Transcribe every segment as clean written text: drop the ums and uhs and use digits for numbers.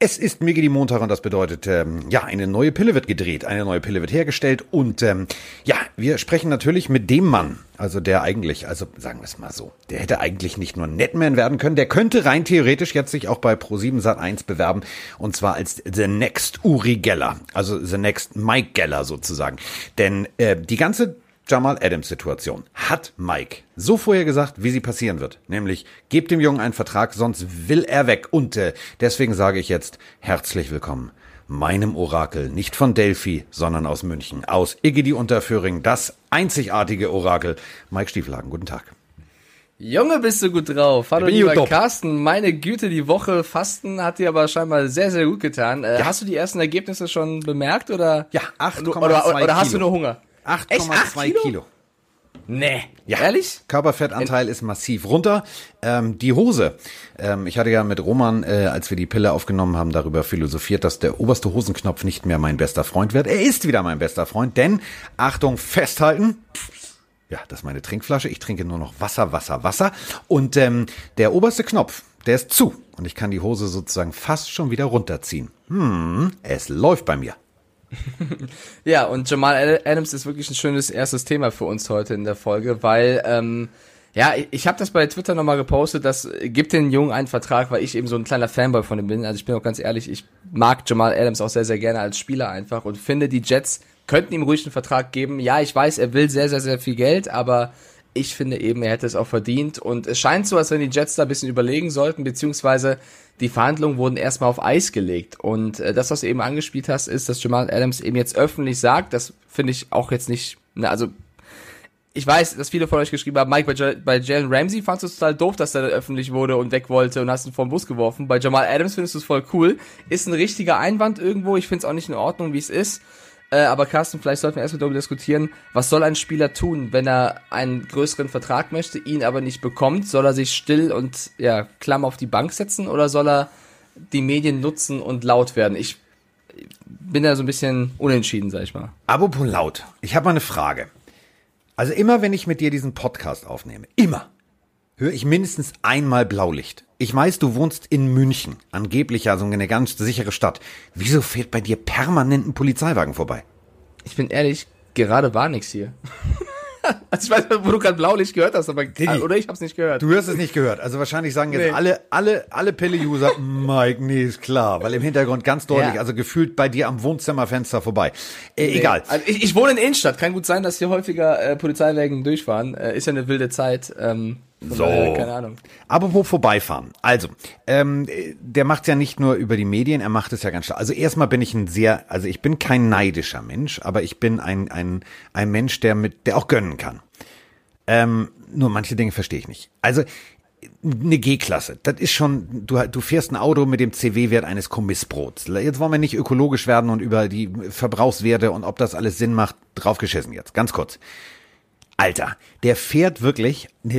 Es ist Miggity Montag und das bedeutet, eine neue Pille wird gedreht, eine neue Pille wird hergestellt und wir sprechen natürlich mit dem Mann, also der eigentlich, also sagen wir es mal so, der hätte eigentlich nicht nur Netman werden können, der könnte rein theoretisch jetzt sich auch bei Pro7 Sat.1 bewerben und zwar als The Next Uri Geller, also The Next Mike Geller sozusagen, denn die ganze Jamal Adams-Situation hat Mike so vorher gesagt, wie sie passieren wird. Nämlich, gebt dem Jungen einen Vertrag, sonst will er weg. Und deswegen sage ich jetzt, herzlich willkommen, meinem Orakel, nicht von Delphi, sondern aus München, aus Iggidi Unterföhring, das einzigartige Orakel, Mike Stiefelhagen. Guten Tag. Junge, bist du gut drauf. Hallo lieber Carsten, meine Güte, die Woche Fasten hat dir aber scheinbar sehr, sehr gut getan. Hast du die ersten Ergebnisse schon bemerkt? Oder? Ja, 8,2 oder hast du nur Hunger? 8,2 Kilo. Nee, ja. Ehrlich? Körperfettanteil ist massiv runter. Die Hose. Ich hatte ja mit Roman, als wir die Pille aufgenommen haben, darüber philosophiert, dass der oberste Hosenknopf nicht mehr mein bester Freund wird. Er ist wieder mein bester Freund, denn, Achtung, festhalten. Ja, das ist meine Trinkflasche. Ich trinke nur noch Wasser. Und der oberste Knopf, der ist zu. Und ich kann die Hose sozusagen fast schon wieder runterziehen. Es läuft bei mir. Ja, und Jamal Adams ist wirklich ein schönes erstes Thema für uns heute in der Folge, weil, ich habe das bei Twitter nochmal gepostet, das gibt den Jungen einen Vertrag, weil ich eben so ein kleiner Fanboy von ihm bin. Also ich bin auch ganz ehrlich, ich mag Jamal Adams auch sehr, sehr gerne als Spieler einfach und finde, die Jets könnten ihm ruhig einen Vertrag geben. Ja, ich weiß, er will sehr, sehr, sehr viel Geld, aber ich finde eben, er hätte es auch verdient und es scheint so, als wenn die Jets da ein bisschen überlegen sollten, beziehungsweise die Verhandlungen wurden erstmal auf Eis gelegt und das, was du eben angespielt hast, ist, dass Jamal Adams eben jetzt öffentlich sagt, das finde ich auch jetzt nicht, also ich weiß, dass viele von euch geschrieben haben, Mike, bei Jalen Ramsey fandst du es total doof, dass der dann öffentlich wurde und weg wollte und hast ihn vor den Bus geworfen. Bei Jamal Adams findest du es voll cool. Ist ein richtiger Einwand irgendwo, ich finde es auch nicht in Ordnung, wie es ist. Aber Carsten, vielleicht sollten wir erstmal darüber diskutieren, was soll ein Spieler tun, wenn er einen größeren Vertrag möchte, ihn aber nicht bekommt? Soll er sich still und klamm auf die Bank setzen oder soll er die Medien nutzen und laut werden? Ich bin da so ein bisschen unentschieden, sag ich mal. Apropos laut, ich habe mal eine Frage. Also immer, wenn ich mit dir diesen Podcast aufnehme, höre ich mindestens einmal Blaulicht. Ich weiß, du wohnst in München, angeblich also eine ganz sichere Stadt. Wieso fährt bei dir permanent ein Polizeiwagen vorbei? Ich bin ehrlich, gerade war nix hier. Also ich weiß nicht, wo du gerade Blaulicht gehört hast, aber oder ich hab's nicht gehört. Du hast es nicht gehört. Also wahrscheinlich sagen jetzt alle Pille-User, Mike, nee, ist klar, weil im Hintergrund ganz deutlich, also gefühlt bei dir am Wohnzimmerfenster vorbei. Egal. Also ich wohne in Innenstadt, kann gut sein, dass hier häufiger Polizeiwagen durchfahren. Ist ja eine wilde Zeit. Keine Ahnung. Apropos vorbeifahren. Also, der macht's ja nicht nur über die Medien, er macht es ja ganz stark. Also erstmal bin ich ich bin kein neidischer Mensch, aber ich bin ein Mensch, der auch gönnen kann. Nur manche Dinge verstehe ich nicht. Also, eine G-Klasse, das ist schon, du fährst ein Auto mit dem CW-Wert eines Kommissbrots. Jetzt wollen wir nicht ökologisch werden und über die Verbrauchswerte und ob das alles Sinn macht, draufgeschissen jetzt. Ganz kurz. Alter, der fährt wirklich eine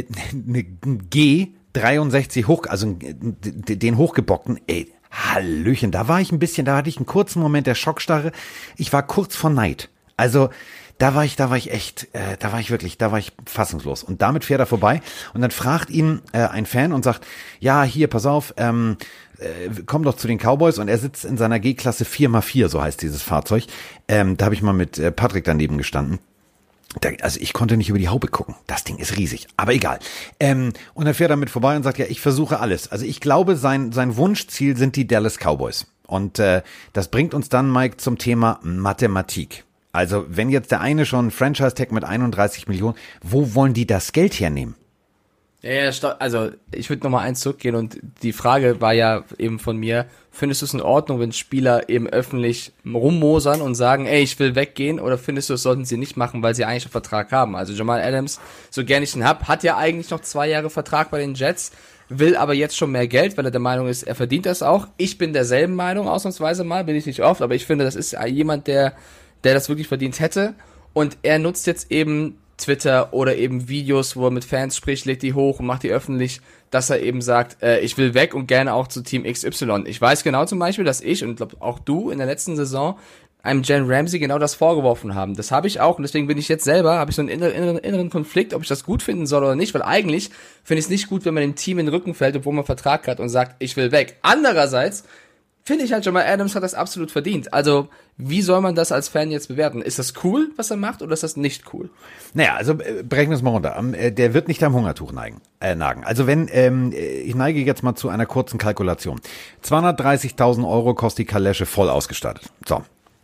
G63 also den hochgebockten, Hallöchen, da hatte ich einen kurzen Moment der Schockstarre. Ich war kurz vor Neid. Also, da war ich fassungslos. Und damit fährt er vorbei und dann fragt ihn ein Fan und sagt, ja, hier, pass auf, komm doch zu den Cowboys und er sitzt in seiner G-Klasse 4x4, so heißt dieses Fahrzeug. Da habe ich mal mit Patrick daneben gestanden. Also ich konnte nicht über die Haube gucken. Das Ding ist riesig, aber egal. Und dann fährt er mit vorbei und sagt, ja, ich versuche alles. Also ich glaube, sein Wunschziel sind die Dallas Cowboys. Und das bringt uns dann, Mike, zum Thema Mathematik. Also wenn jetzt der eine schon Franchise-Tag mit 31 Millionen, wo wollen die das Geld hernehmen? Ja, also ich würde nochmal eins zurückgehen und die Frage war ja eben von mir, findest du es in Ordnung, wenn Spieler eben öffentlich rummosern und sagen, ich will weggehen, oder findest du, es sollten sie nicht machen, weil sie eigentlich einen Vertrag haben? Also Jamal Adams, so gern ich ihn hab, hat ja eigentlich noch 2 Jahre Vertrag bei den Jets, will aber jetzt schon mehr Geld, weil er der Meinung ist, er verdient das auch. Ich bin derselben Meinung, ausnahmsweise mal, bin ich nicht oft, aber ich finde, das ist jemand, der das wirklich verdient hätte, und er nutzt jetzt eben Twitter oder eben Videos, wo er mit Fans spricht, lädt die hoch und macht die öffentlich, dass er eben sagt, ich will weg und gerne auch zu Team XY. Ich weiß genau zum Beispiel, dass ich und glaube auch du in der letzten Saison einem Jalen Ramsey genau das vorgeworfen haben. Das habe ich auch und deswegen bin ich jetzt selber, habe ich so einen inneren Konflikt, ob ich das gut finden soll oder nicht, weil eigentlich finde ich es nicht gut, wenn man dem Team in den Rücken fällt, obwohl man einen Vertrag hat und sagt, ich will weg. Andererseits finde ich halt, Jamal Adams hat das absolut verdient. Also, wie soll man das als Fan jetzt bewerten? Ist das cool, was er macht, oder ist das nicht cool? Naja, also brechen wir es mal runter. Der wird nicht am Hungertuch nagen. Also wenn, ich neige jetzt mal zu einer kurzen Kalkulation. 230.000 € kostet die Kalesche voll ausgestattet. So.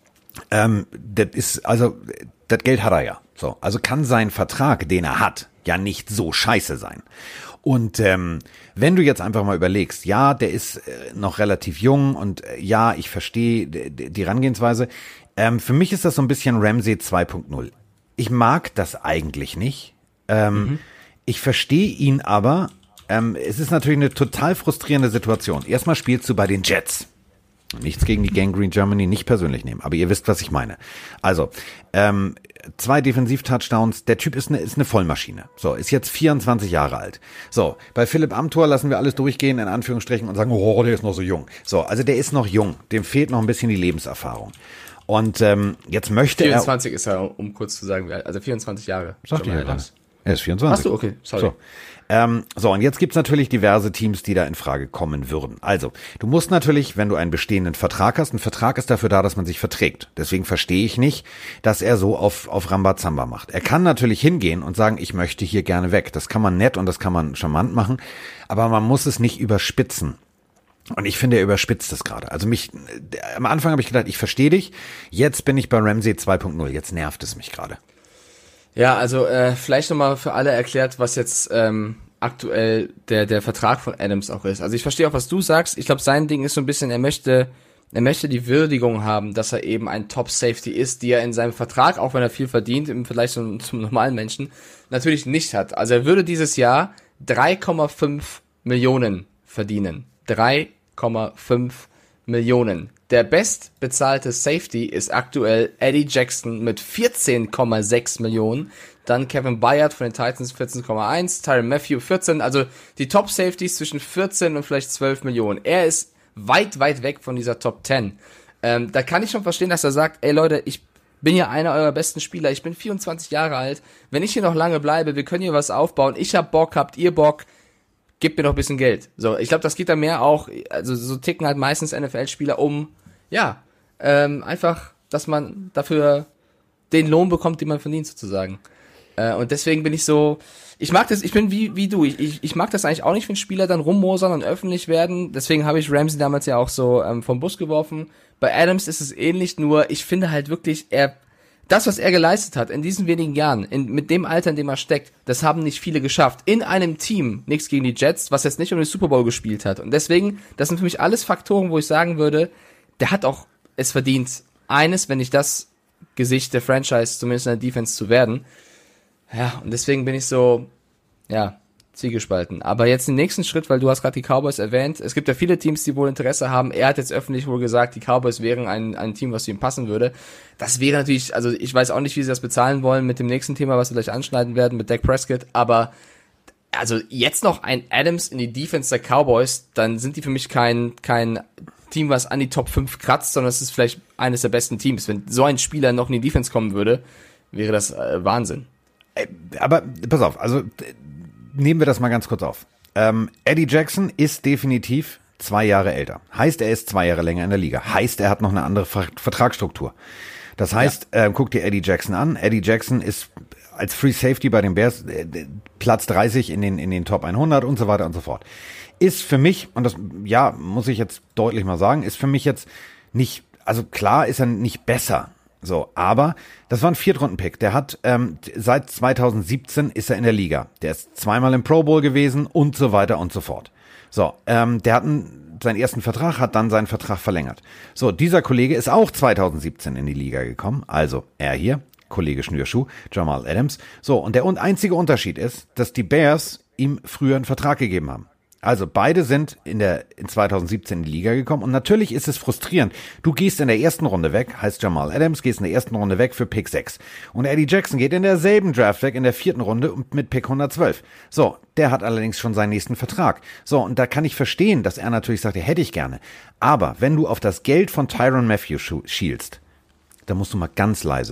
Das Geld hat er ja. So. Also kann sein Vertrag, den er hat, ja nicht so scheiße sein. Und wenn du jetzt einfach mal überlegst, ja, der ist noch relativ jung und ja, ich verstehe die Herangehensweise. Für mich ist das so ein bisschen Ramsey 2.0. Ich mag das eigentlich nicht. Ich verstehe ihn aber. Es ist natürlich eine total frustrierende Situation. Erstmal spielst du bei den Jets. Nichts gegen die Gang Green Germany, nicht persönlich nehmen, aber ihr wisst, was ich meine. Also, 2 Defensiv-Touchdowns, der Typ ist eine Vollmaschine. So, ist jetzt 24 Jahre alt. So, bei Philipp Amthor lassen wir alles durchgehen, in Anführungsstrichen, und sagen, oh, der ist noch so jung. So, also der ist noch jung, dem fehlt noch ein bisschen die Lebenserfahrung. Und jetzt möchte 24 ist er, um kurz zu sagen, also 24 Jahre. Sagt ihr ja was? Er ist 24. Ach so, okay, sorry. Und jetzt gibt's natürlich diverse Teams, die da in Frage kommen würden. Also, du musst natürlich, wenn du einen bestehenden Vertrag hast, ein Vertrag ist dafür da, dass man sich verträgt. Deswegen verstehe ich nicht, dass er so auf Rambazamba macht. Er kann natürlich hingehen und sagen, ich möchte hier gerne weg. Das kann man nett und das kann man charmant machen, aber man muss es nicht überspitzen. Und ich finde, er überspitzt es gerade. Also am Anfang habe ich gedacht, ich verstehe dich. Jetzt bin ich bei Ramsey 2.0. Jetzt nervt es mich gerade. Ja, also vielleicht nochmal für alle erklärt, was jetzt aktuell der Vertrag von Adams auch ist. Also ich verstehe auch, was du sagst. Ich glaube, sein Ding ist so ein bisschen, er möchte die Würdigung haben, dass er eben ein Top-Safety ist, die er in seinem Vertrag, auch wenn er viel verdient, im Vergleich zum normalen Menschen, natürlich nicht hat. Also er würde dieses Jahr 3,5 Millionen verdienen. 3,5 Millionen. Der bestbezahlte Safety ist aktuell Eddie Jackson mit 14,6 Millionen. Dann Kevin Byard von den Titans 14,1, Tyrann Mathieu 14. Also die Top-Safeties zwischen 14 und vielleicht 12 Millionen. Er ist weit, weit weg von dieser Top 10. Da kann ich schon verstehen, dass er sagt, ey Leute, ich bin ja einer eurer besten Spieler. Ich bin 24 Jahre alt. Wenn ich hier noch lange bleibe, wir können hier was aufbauen. Ich hab Bock, habt ihr Bock? Gebt mir doch ein bisschen Geld. So, ich glaube, das geht da mehr auch, also so ticken halt meistens NFL-Spieler einfach, dass man dafür den Lohn bekommt, den man verdient sozusagen. Und deswegen bin ich so, ich mag das, ich bin wie du, ich mag das eigentlich auch nicht, wenn Spieler dann rummosern und öffentlich werden. Deswegen habe ich Ramsey damals ja auch so vom Bus geworfen. Bei Adams ist es ähnlich, nur ich finde halt wirklich, das, was er geleistet hat in diesen wenigen Jahren, mit dem Alter, in dem er steckt, das haben nicht viele geschafft. In einem Team, nichts gegen die Jets, was jetzt nicht um den Super Bowl gespielt hat. Und deswegen, das sind für mich alles Faktoren, wo ich sagen würde, der hat auch es verdient, wenn nicht das Gesicht der Franchise, zumindest in der Defense zu werden. Ja, und deswegen bin ich so, zwiegespalten. Aber jetzt den nächsten Schritt, weil du hast gerade die Cowboys erwähnt. Es gibt ja viele Teams, die wohl Interesse haben. Er hat jetzt öffentlich wohl gesagt, die Cowboys wären ein Team, was zu ihm passen würde. Das wäre natürlich, also ich weiß auch nicht, wie sie das bezahlen wollen mit dem nächsten Thema, was wir gleich anschneiden werden, mit Dak Prescott. Aber also jetzt noch ein Adams in die Defense der Cowboys, dann sind die für mich kein Team, was an die Top 5 kratzt, sondern es ist vielleicht eines der besten Teams. Wenn so ein Spieler noch in die Defense kommen würde, wäre das Wahnsinn. Aber pass auf, also nehmen wir das mal ganz kurz auf. Eddie Jackson ist definitiv 2 Jahre älter. Heißt, er ist 2 Jahre länger in der Liga. Heißt, er hat noch eine andere Vertragsstruktur. Das heißt, guck dir Eddie Jackson an. Eddie Jackson ist als Free Safety bei den Bears Platz 30 in den Top 100 und so weiter und so fort. Ist für mich, und das, muss ich jetzt deutlich mal sagen, ist für mich jetzt nicht, also klar ist er nicht besser. So, aber das war ein Viertrunden-Pick. Der hat seit 2017 ist er in der Liga. Der ist 2-mal im Pro Bowl gewesen und so weiter und so fort. So, der hat seinen ersten Vertrag, hat dann seinen Vertrag verlängert. So, dieser Kollege ist auch 2017 in die Liga gekommen. Also er hier, Kollege Schnürschuh, Jamal Adams. So, und der einzige Unterschied ist, dass die Bears ihm früher einen Vertrag gegeben haben. Also beide sind in 2017 in die Liga gekommen und natürlich ist es frustrierend. Du gehst in der ersten Runde weg, heißt Jamal Adams, gehst in der ersten Runde weg für Pick 6. Und Eddie Jackson geht in derselben Draft weg, in der 4. Runde mit Pick 112. So, der hat allerdings schon seinen nächsten Vertrag. So, und da kann ich verstehen, dass er natürlich sagt, hätte ich gerne. Aber wenn du auf das Geld von Tyrann Mathieu schielst, dann musst du mal ganz leise sein.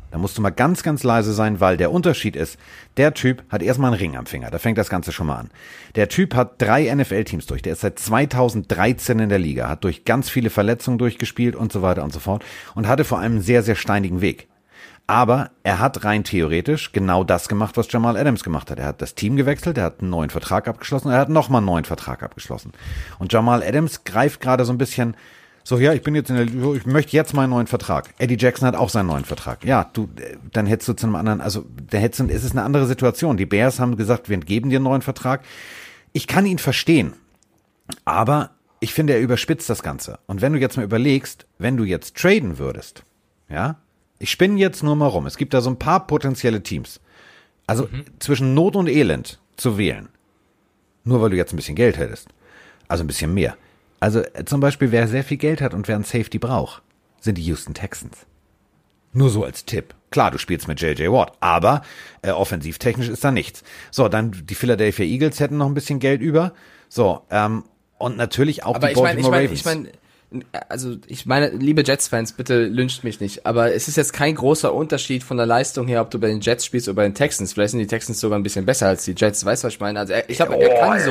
Da musst du mal ganz, ganz leise sein, weil der Unterschied ist, der Typ hat erstmal einen Ring am Finger. Da fängt das Ganze schon mal an. Der Typ hat 3 NFL-Teams durch. Der ist seit 2013 in der Liga, hat durch ganz viele Verletzungen durchgespielt und so weiter und so fort und hatte vor allem einen sehr, sehr steinigen Weg. Aber er hat rein theoretisch genau das gemacht, was Jamal Adams gemacht hat. Er hat das Team gewechselt, er hat einen neuen Vertrag abgeschlossen, er hat nochmal einen neuen Vertrag abgeschlossen. Und Jamal Adams greift gerade so ein bisschen so, ja, ich möchte jetzt meinen neuen Vertrag. Eddie Jackson hat auch seinen neuen Vertrag. Ja, dann hättest du zu einem anderen, also, es ist eine andere Situation. Die Bears haben gesagt, wir geben dir einen neuen Vertrag. Ich kann ihn verstehen. Aber ich finde, er überspitzt das Ganze. Und wenn du jetzt mal überlegst, wenn du jetzt traden würdest, ja, ich spinne jetzt nur mal rum. Es gibt da so ein paar potenzielle Teams. Also, zwischen Not und Elend zu wählen. Nur weil du jetzt ein bisschen Geld hättest. Also ein bisschen mehr. Also zum Beispiel, wer sehr viel Geld hat und wer einen Safety braucht, sind die Houston Texans. Nur so als Tipp. Klar, du spielst mit J.J. Watt, aber offensivtechnisch ist da nichts. So, dann die Philadelphia Eagles hätten noch ein bisschen Geld über. So, und natürlich auch aber die Baltimore Ravens. Ich meine, liebe Jets-Fans, bitte lyncht mich nicht, aber es ist jetzt kein großer Unterschied von der Leistung her, ob du bei den Jets spielst oder bei den Texans. Vielleicht sind die Texans sogar ein bisschen besser als die Jets, weißt du, was ich meine? Also ich glaube,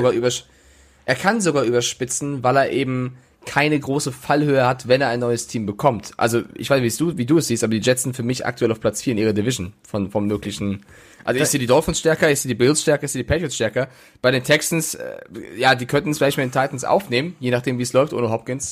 er kann sogar überspitzen, weil er eben keine große Fallhöhe hat, wenn er ein neues Team bekommt. Also, ich weiß nicht, wie du es siehst, aber die Jets sind für mich aktuell auf Platz 4 in ihrer Division vom möglichen. Also, ich sehe die Dolphins stärker, ich sehe die Bills stärker, ich sehe die Patriots stärker. Bei den Texans, die könnten es vielleicht mit den Titans aufnehmen, je nachdem, wie es läuft ohne Hopkins.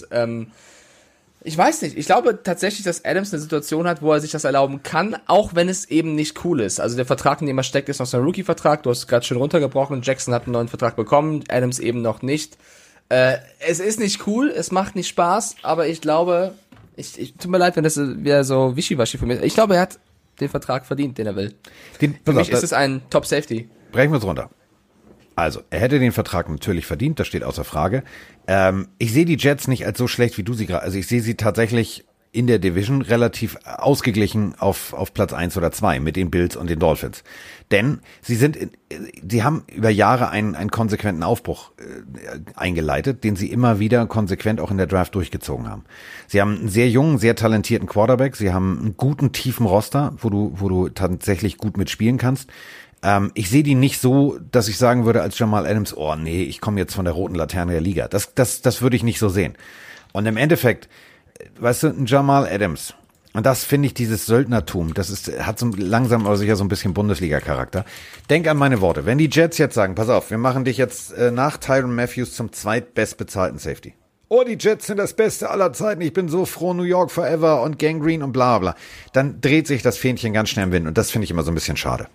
Ich weiß nicht. Ich glaube tatsächlich, dass Adams eine Situation hat, wo er sich das erlauben kann, auch wenn es eben nicht cool ist. Also der Vertrag, in dem er steckt, ist noch sein Rookie-Vertrag. Du hast es gerade schön runtergebrochen. Jackson hat einen neuen Vertrag bekommen, Adams eben noch nicht. Es ist nicht cool, es macht nicht Spaß, aber ich glaube, tut mir leid, wenn das wieder so wischiwaschi von mir ist. Ich glaube, er hat den Vertrag verdient, den er will. Für mich ist es ein Top-Safety. Brechen wir es runter. Also, er hätte den Vertrag natürlich verdient, das steht außer Frage. Ich sehe die Jets nicht als so schlecht, wie du sie gerade, also ich sehe sie tatsächlich in der Division relativ ausgeglichen auf Platz 1 oder 2 mit den Bills und den Dolphins. Denn sie haben über Jahre einen konsequenten Aufbruch eingeleitet, den sie immer wieder konsequent auch in der Draft durchgezogen haben. Sie haben einen sehr jungen, sehr talentierten Quarterback, sie haben einen guten, tiefen Roster, wo du tatsächlich gut mitspielen kannst. Ich sehe die nicht so, dass ich sagen würde als Jamal Adams, oh nee, ich komme jetzt von der roten Laterne der Liga. Das würde ich nicht so sehen. Und im Endeffekt, weißt du, ein Jamal Adams, und das finde ich, dieses Söldnertum, hat so langsam aber sicher so ein bisschen Bundesliga-Charakter. Denk an meine Worte. Wenn die Jets jetzt sagen, pass auf, wir machen dich jetzt nach Tyrann Matthews zum zweitbestbezahlten Safety. Oh, die Jets sind das Beste aller Zeiten, ich bin so froh, New York forever und Gangrene und bla bla. Dann dreht sich das Fähnchen ganz schnell im Wind und das finde ich immer so ein bisschen schade.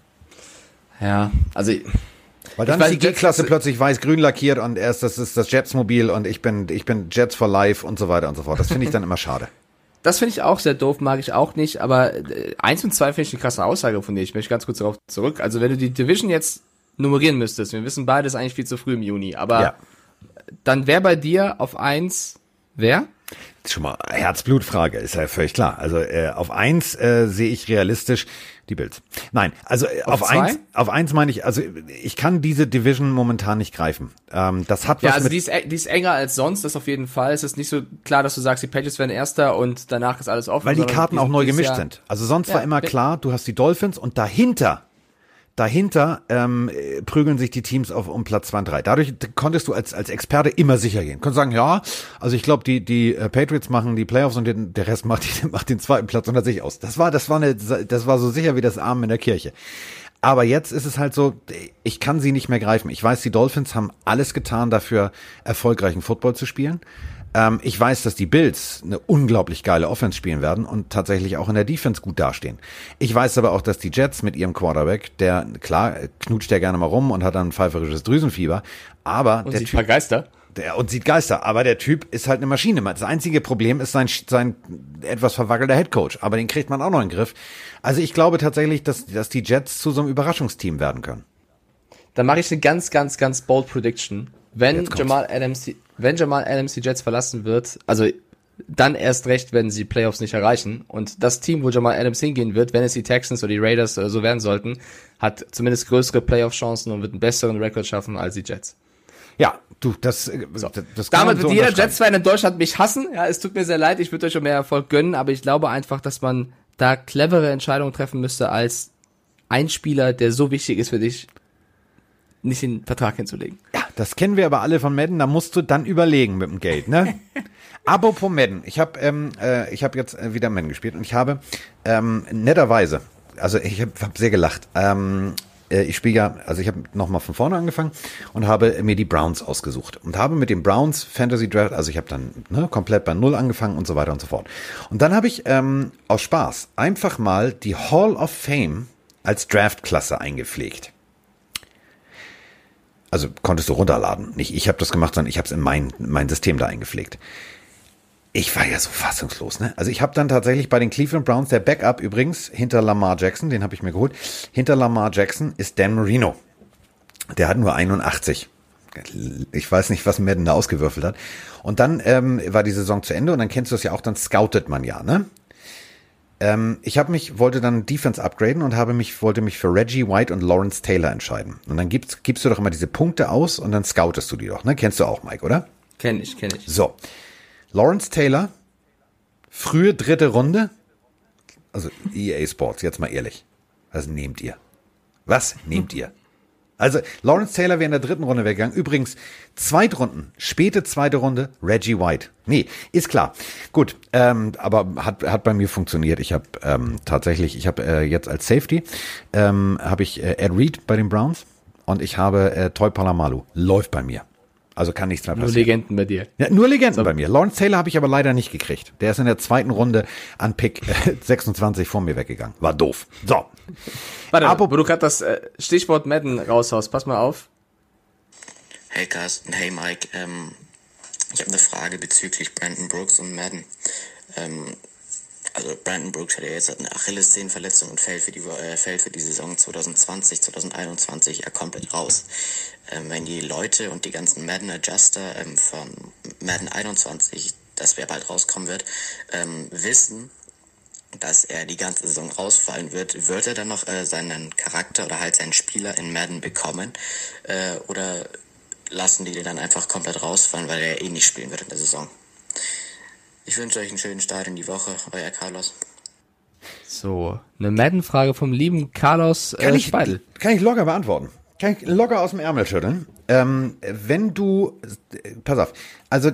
Ja, also weil dann ist die G-Klasse plötzlich weiß-grün lackiert und das ist das Jets-Mobil und ich bin Jets for life und so weiter und so fort. Das finde ich dann immer schade. Das finde ich auch sehr doof, mag ich auch nicht, aber 1 und 2 finde ich eine krasse Aussage von dir. Ich möchte ganz kurz darauf zurück. Also wenn du die Division jetzt nummerieren müsstest, wir wissen beide, ist eigentlich viel zu früh im Juni, aber dann wäre bei dir auf 1 wer? Schon mal Herzblutfrage, ist ja völlig klar. Also auf 1 sehe ich realistisch die Bills. Nein, also auf 1 meine ich, also ich kann diese Division momentan nicht greifen. Das hat was ja, also die ist enger als sonst, das auf jeden Fall. Es ist nicht so klar, dass du sagst, die Patriots werden Erster und danach ist alles offen. Weil die Karten auch neu gemischt sind. Also sonst war immer klar, du hast die Dolphins und dahinter prügeln sich die Teams um Platz 2 und 3. Dadurch konntest du als Experte immer sicher gehen. Konntest sagen, ja, also ich glaube, die Patriots machen die Playoffs und der Rest macht den zweiten Platz unter sich aus. Das war so sicher wie das Amen in der Kirche. Aber jetzt ist es halt so, ich kann sie nicht mehr greifen. Ich weiß, die Dolphins haben alles getan dafür, erfolgreichen Football zu spielen. Ich weiß, dass die Bills eine unglaublich geile Offense spielen werden und tatsächlich auch in der Defense gut dastehen. Ich weiß aber auch, dass die Jets mit ihrem Quarterback, der, klar, knutscht ja gerne mal rum und hat dann ein pfeiferisches Drüsenfieber, aber und der Typ... Geister. Sieht Geister, aber der Typ ist halt eine Maschine. Das einzige Problem ist sein etwas verwackelter Headcoach, aber den kriegt man auch noch in den Griff. Also ich glaube tatsächlich, dass die Jets zu so einem Überraschungsteam werden können. Dann mache ich eine ganz, ganz, ganz bold Prediction. Wenn Jamal Adams die Jets verlassen wird, also dann erst recht, wenn sie Playoffs nicht erreichen. Und das Team, wo Jamal Adams hingehen wird, wenn es die Texans oder die Raiders so werden sollten, hat zumindest größere Playoff-Chancen und wird einen besseren Rekord schaffen als die Jets. Ja, du, das damit wird jeder Jets-Fan in Deutschland mich hassen. Ja, es tut mir sehr leid, ich würde euch schon mehr Erfolg gönnen, aber ich glaube einfach, dass man da clevere Entscheidungen treffen müsste, als ein Spieler, der so wichtig ist für dich, nicht den Vertrag hinzulegen. Ja, das kennen wir aber alle von Madden, da musst du dann überlegen mit dem Geld, ne? Apropos Madden, ich habe jetzt wieder Madden gespielt und ich habe netterweise, also ich habe sehr gelacht, ich spiele ja, also ich habe nochmal von vorne angefangen und habe mir die Browns ausgesucht und habe mit den Browns Fantasy Draft, also ich habe dann komplett bei Null angefangen und so weiter und so fort. Und dann habe ich aus Spaß einfach mal die Hall of Fame als Draftklasse eingepflegt. Also konntest du runterladen. Nicht ich habe das gemacht, sondern ich habe es in mein System da eingepflegt. Ich war ja so fassungslos, ne? Also ich habe dann tatsächlich bei den Cleveland Browns, der Backup übrigens, hinter Lamar Jackson, den habe ich mir geholt, hinter Lamar Jackson ist Dan Marino. Der hat nur 81. Ich weiß nicht, was Madden da ausgewürfelt hat. Und dann war die Saison zu Ende und dann kennst du es ja auch, dann scoutet man ja, ne? Wollte dann Defense upgraden und wollte mich für Reggie White und Lawrence Taylor entscheiden. Und dann gibst du doch immer diese Punkte aus und dann scoutest du die doch, ne? Kennst du auch, Mike, oder? Kenn ich. So. Lawrence Taylor, frühe 3. Runde, also EA Sports, jetzt mal ehrlich. Was nehmt ihr? Also Lawrence Taylor wäre in der 3. Runde weggegangen. Übrigens, späte 2. Runde, Reggie White. Nee, ist klar. Gut, aber hat bei mir funktioniert. Ich habe jetzt als Safety, habe ich Ed Reed bei den Browns und ich habe Toy Polamalu. Läuft bei mir. Also kann nichts mehr passieren. Nur Legenden bei dir. Ja, nur Legenden bei mir. Lawrence Taylor habe ich aber leider nicht gekriegt. Der ist in der 2. Runde an Pick 26 vor mir weggegangen. War doof. So. Warte, wo du gerade das Stichwort Madden raushaust, pass mal auf. Hey Carsten, hey Mike, ich habe eine Frage bezüglich Brandon Brooks und Madden. Also Brandon Brooks hat ja jetzt eine Achillessehnenverletzung und fällt für die Saison 2020, 2021 ja komplett raus. Wenn die Leute und die ganzen Madden-Adjuster von Madden 21, das wer bald rauskommen wird, wissen, dass er die ganze Saison rausfallen wird, wird er dann noch seinen Charakter oder halt seinen Spieler in Madden bekommen? Oder lassen die den dann einfach komplett rausfallen, weil er eh nicht spielen wird in der Saison? Ich wünsche euch einen schönen Start in die Woche, euer Carlos. So, eine Madden-Frage vom lieben Carlos Speidel. Kann ich locker beantworten. Kann ich locker aus dem Ärmel schütteln. Pass auf, also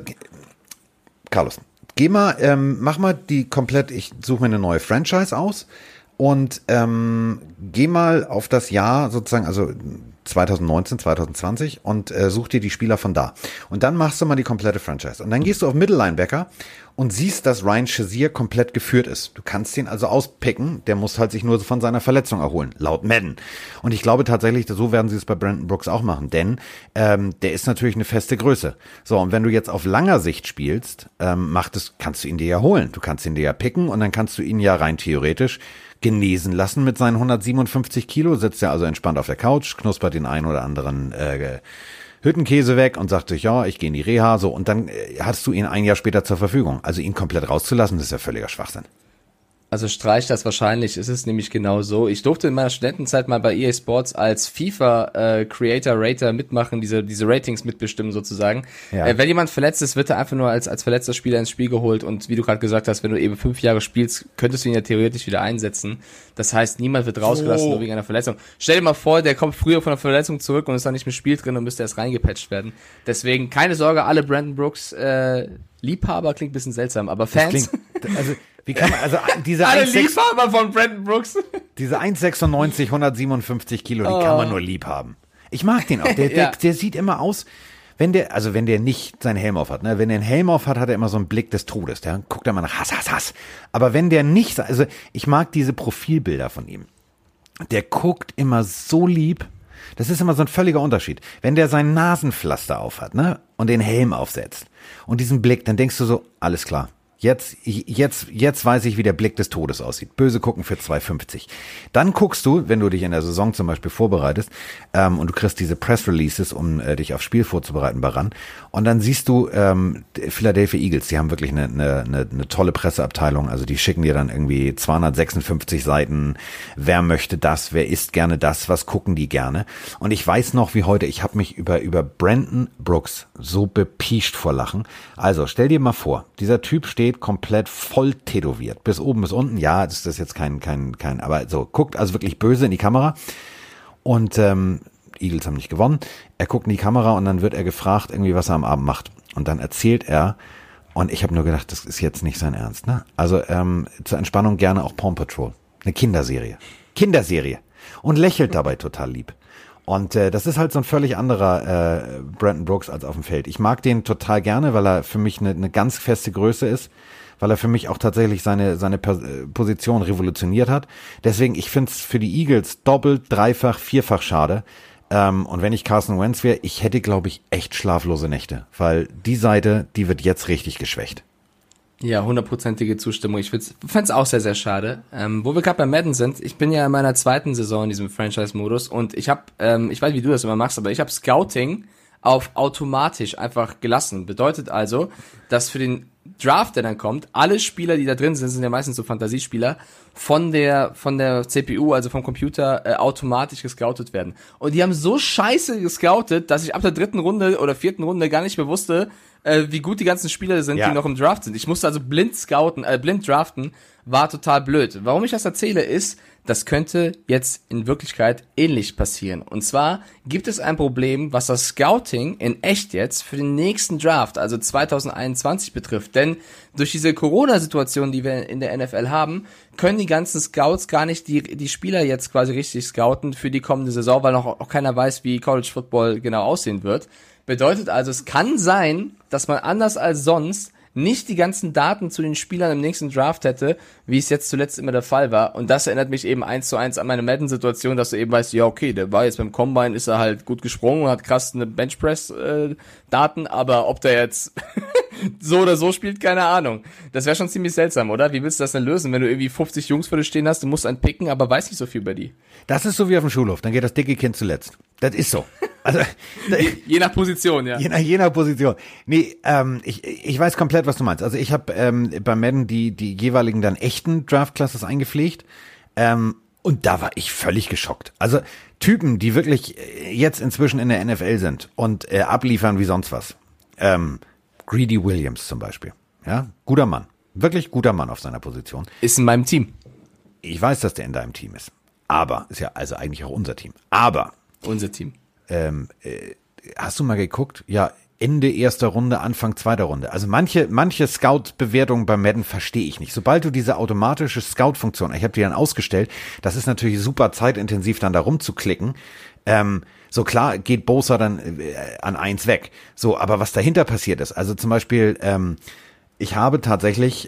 Carlos, geh mal, mach mal ich suche mir eine neue Franchise aus und geh mal auf das Jahr sozusagen, also 2019, 2020 und such dir die Spieler von da. Und dann machst du mal die komplette Franchise. Und dann gehst du auf Mittellinebacker und siehst, dass Ryan Shazier komplett geführt ist. Du kannst den also auspicken, der muss halt sich nur von seiner Verletzung erholen, laut Madden. Und ich glaube tatsächlich, so werden sie es bei Brandon Brooks auch machen, denn der ist natürlich eine feste Größe. So, und wenn du jetzt auf langer Sicht spielst, kannst du ihn dir ja holen. Du kannst ihn dir ja picken und dann kannst du ihn ja rein theoretisch genesen lassen mit seinen 157 Kilo, sitzt ja also entspannt auf der Couch, knuspert den einen oder anderen Hüttenkäse weg und sagt sich, ja, ich gehe in die Reha, so, und dann hast du ihn ein Jahr später zur Verfügung. Also ihn komplett rauszulassen, das ist ja völliger Schwachsinn. Also streich das wahrscheinlich, es ist nämlich genau so. Ich durfte in meiner Studentenzeit mal bei EA Sports als FIFA Creator Rater mitmachen, diese Ratings mitbestimmen sozusagen. Ja. Wenn jemand verletzt ist, wird er einfach nur als verletzter Spieler ins Spiel geholt und wie du gerade gesagt hast, wenn du eben 5 Jahre spielst, könntest du ihn ja theoretisch wieder einsetzen. Das heißt, niemand wird rausgelassen nur wegen einer Verletzung. Stell dir mal vor, der kommt früher von der Verletzung zurück und ist dann nicht mehr Spiel drin und müsste erst reingepatcht werden. Deswegen keine Sorge, alle Brandon Brooks Liebhaber klingt ein bisschen seltsam, aber Fans. Wie kann man, also diese alle Liebhaber von Brandon Brooks. Diese 1,96, 157 Kilo, die kann man nur lieb haben. Ich mag den auch. Der sieht immer aus, wenn der nicht seinen Helm auf hat, ne? Wenn der einen Helm auf hat, hat er immer so einen Blick des Todes. Der guckt immer nach Hass. Aber wenn der nicht, also ich mag diese Profilbilder von ihm. Der guckt immer so lieb. Das ist immer so ein völliger Unterschied. Wenn der sein Nasenpflaster auf hat, ne? Und den Helm aufsetzt. Und diesen Blick, dann denkst du so, alles klar. Jetzt weiß ich, wie der Blick des Todes aussieht. Böse gucken für 2,50. Dann guckst du, wenn du dich in der Saison zum Beispiel vorbereitest, und du kriegst diese Press Releases, um dich aufs Spiel vorzubereiten bei RAN. Und dann siehst du Philadelphia Eagles, die haben wirklich eine tolle Presseabteilung. Also die schicken dir dann irgendwie 256 Seiten. Wer möchte das? Wer isst gerne das? Was gucken die gerne? Und ich weiß noch wie heute, ich habe mich über Brandon Brooks so bepiescht vor Lachen. Also stell dir mal vor, dieser Typ steht Tape komplett voll tätowiert. Bis oben, bis unten. Ja, das ist jetzt kein, aber so, guckt also wirklich böse in die Kamera. Und Eagles haben nicht gewonnen. Er guckt in die Kamera und dann wird er gefragt, irgendwie, was er am Abend macht. Und dann erzählt er, und ich habe nur gedacht, das ist jetzt nicht sein Ernst, ne? Also zur Entspannung gerne auch Paw Patrol. Eine Kinderserie. Und lächelt dabei total lieb. Und das ist halt so ein völlig anderer Brandon Brooks als auf dem Feld. Ich mag den total gerne, weil er für mich eine ganz feste Größe ist, weil er für mich auch tatsächlich seine Position revolutioniert hat. Deswegen, ich find's für die Eagles doppelt, dreifach, vierfach schade. Und wenn ich Carson Wentz wäre, ich hätte, glaube ich, echt schlaflose Nächte, weil die Seite, die wird jetzt richtig geschwächt. Ja, 100%ige Zustimmung. Ich fände es auch sehr, sehr schade. Wo wir gerade bei Madden sind, ich bin ja in meiner 2. Saison in diesem Franchise-Modus und ich habe, ich weiß, wie du das immer machst, aber ich habe Scouting auf automatisch einfach gelassen. Bedeutet also, dass für den Draft, der dann kommt, alle Spieler, die da drin sind ja meistens so Fantasiespieler, von der CPU, also vom Computer, automatisch gescoutet werden. Und die haben so scheiße gescoutet, dass ich ab der 3. Runde oder 4. Runde gar nicht mehr wusste, wie gut die ganzen Spieler sind, die noch im Draft sind. Ich musste also blind draften, war total blöd. Warum ich das erzähle, ist, das könnte jetzt in Wirklichkeit ähnlich passieren. Und zwar gibt es ein Problem, was das Scouting in echt jetzt für den nächsten Draft, also 2021 betrifft. Denn durch diese Corona-Situation, die wir in der NFL haben, können die ganzen Scouts gar nicht die Spieler jetzt quasi richtig scouten für die kommende Saison, weil noch auch keiner weiß, wie College Football genau aussehen wird. Bedeutet also, es kann sein, dass man anders als sonst nicht die ganzen Daten zu den Spielern im nächsten Draft hätte, wie es jetzt zuletzt immer der Fall war. Und das erinnert mich eben 1:1 an meine Madden-Situation, dass du eben weißt, ja okay, der war jetzt beim Combine, ist er halt gut gesprungen und hat krass eine Benchpress-Daten, aber ob der jetzt so oder so spielt, keine Ahnung. Das wäre schon ziemlich seltsam, oder? Wie willst du das denn lösen, wenn du irgendwie 50 Jungs vor dir stehen hast, du musst einen picken, aber weißt nicht so viel über die? Das ist so wie auf dem Schulhof, dann geht das dicke Kind zuletzt. Das ist so. Also, je nach Position, ja. Je nach Position. Nee, ich weiß komplett, was du meinst. Also ich habe bei Madden die jeweiligen dann echten Draft-Classes eingepflegt und da war ich völlig geschockt. Also Typen, die wirklich jetzt inzwischen in der NFL sind und abliefern wie sonst was. Greedy Williams zum Beispiel. Ja, guter Mann. Wirklich guter Mann auf seiner Position. Ist in meinem Team. Ich weiß, dass der in deinem Team ist. Aber, ist ja also eigentlich auch unser Team. Aber. Unser Team. Hast du mal geguckt? Ja, Ende 1. Runde, Anfang 2. Runde. Also manche Scout-Bewertungen bei Madden verstehe ich nicht. Sobald du diese automatische Scout-Funktion, ich habe die dann ausgestellt, das ist natürlich super zeitintensiv, dann da rumzuklicken. So klar geht Bosa dann an 1 weg. So, aber was dahinter passiert ist, also zum Beispiel, ich habe tatsächlich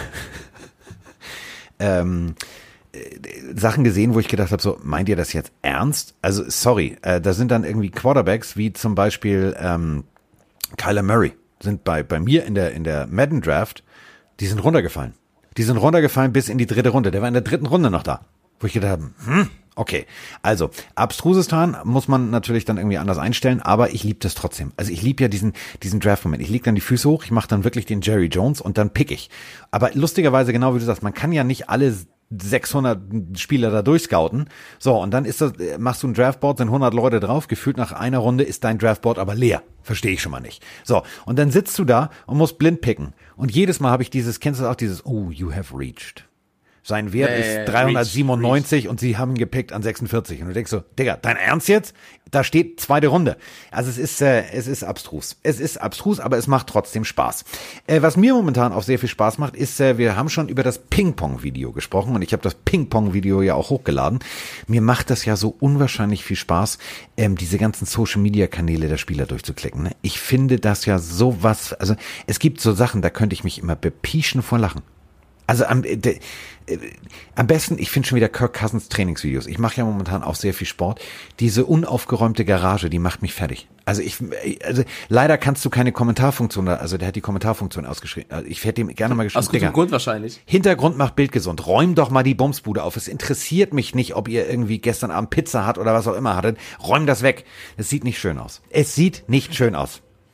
Sachen gesehen, wo ich gedacht habe, so, meint ihr das jetzt ernst? Also, sorry, da sind dann irgendwie Quarterbacks, wie zum Beispiel Kyler Murray, sind bei mir in der Madden Draft, die sind runtergefallen. Die sind runtergefallen bis in die 3. Runde. Der war in der 3. Runde noch da. Wo ich gedacht habe, okay. Also, Abstrusistan muss man natürlich dann irgendwie anders einstellen, aber ich liebe das trotzdem. Also ich liebe ja diesen Draft-Moment. Ich leg dann die Füße hoch, ich mache dann wirklich den Jerry Jones und dann pick ich. Aber lustigerweise, genau wie du sagst, man kann ja nicht alle 600 Spieler da durchscouten. So, und dann machst du ein Draftboard, sind 100 Leute drauf, gefühlt nach einer Runde ist dein Draftboard aber leer. Verstehe ich schon mal nicht. So, und dann sitzt du da und musst blind picken. Und jedes Mal habe ich kennst du auch dieses, oh, you have reached. Sein Wert ist 397 reach. Und sie haben ihn gepickt an 46. Und du denkst so, Digga, dein Ernst jetzt? Da steht 2. Runde. Also es ist abstrus. Es ist abstrus, aber es macht trotzdem Spaß. Was mir momentan auch sehr viel Spaß macht, ist, wir haben schon über das Ping-Pong-Video gesprochen und ich habe das Ping-Pong-Video ja auch hochgeladen. Mir macht das ja so unwahrscheinlich viel Spaß, diese ganzen Social-Media-Kanäle der Spieler durchzuklicken. Ne? Ich finde das ja sowas, also es gibt so Sachen, da könnte ich mich immer bepieschen vor Lachen. Also am besten, ich finde schon wieder Kirk Cousins Trainingsvideos. Ich mache ja momentan auch sehr viel Sport. Diese unaufgeräumte Garage, die macht mich fertig. Also leider kannst du keine Kommentarfunktion, also der hat die Kommentarfunktion ausgeschrieben. Also ich hätte ihm gerne mal geschrieben. Aus gutem Grund wahrscheinlich. Hintergrund macht Bild gesund. Räum doch mal die Bumsbude auf. Es interessiert mich nicht, ob ihr irgendwie gestern Abend Pizza hat oder was auch immer hattet. Räum das weg. Es sieht nicht schön aus. Es sieht nicht schön aus.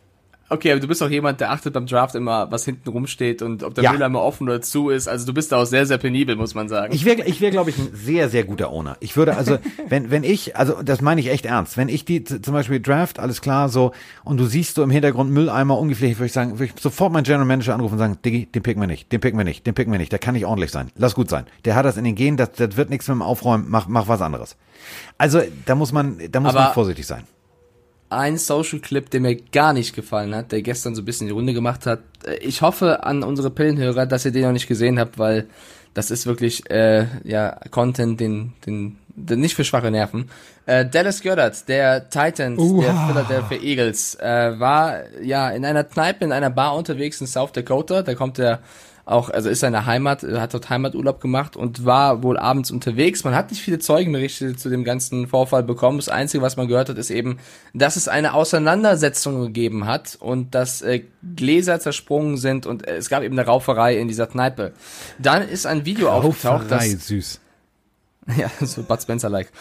Okay, aber du bist auch jemand, der achtet beim Draft immer, was hinten rumsteht und ob der Mülleimer offen oder zu ist. Also du bist da auch sehr, sehr penibel, muss man sagen. Ich wäre, glaube ich, ein sehr, sehr guter Owner. Ich würde also, wenn ich, also das meine ich echt ernst, wenn ich die zum Beispiel Draft, alles klar, so, und du siehst so im Hintergrund Mülleimer ungepflegt, würde ich sofort meinen General Manager anrufen und sagen, Diggi, den picken wir nicht, der kann nicht ordentlich sein. Lass gut sein. Der hat das in den Genen, das wird nichts mit dem Aufräumen, mach was anderes. Also da muss man vorsichtig sein. Ein Social-Clip, der mir gar nicht gefallen hat, der gestern so ein bisschen die Runde gemacht hat. Ich hoffe an unsere Pillenhörer, dass ihr den noch nicht gesehen habt, weil das ist wirklich Content, den nicht für schwache Nerven. Dallas Goedert, der Titans der Philadelphia Eagles, war in einer Kneipe, in einer Bar unterwegs in South Dakota. Da kommt er auch, also ist seine Heimat, hat dort Heimaturlaub gemacht und war wohl abends unterwegs. Man hat nicht viele Zeugenberichte zu dem ganzen Vorfall bekommen. Das Einzige, was man gehört hat, ist eben, dass es eine Auseinandersetzung gegeben hat und dass Gläser zersprungen sind und es gab eben eine Rauferei in dieser Kneipe. Dann ist ein Video aufgetaucht, das süß. Ja, so Bud Spencer-like.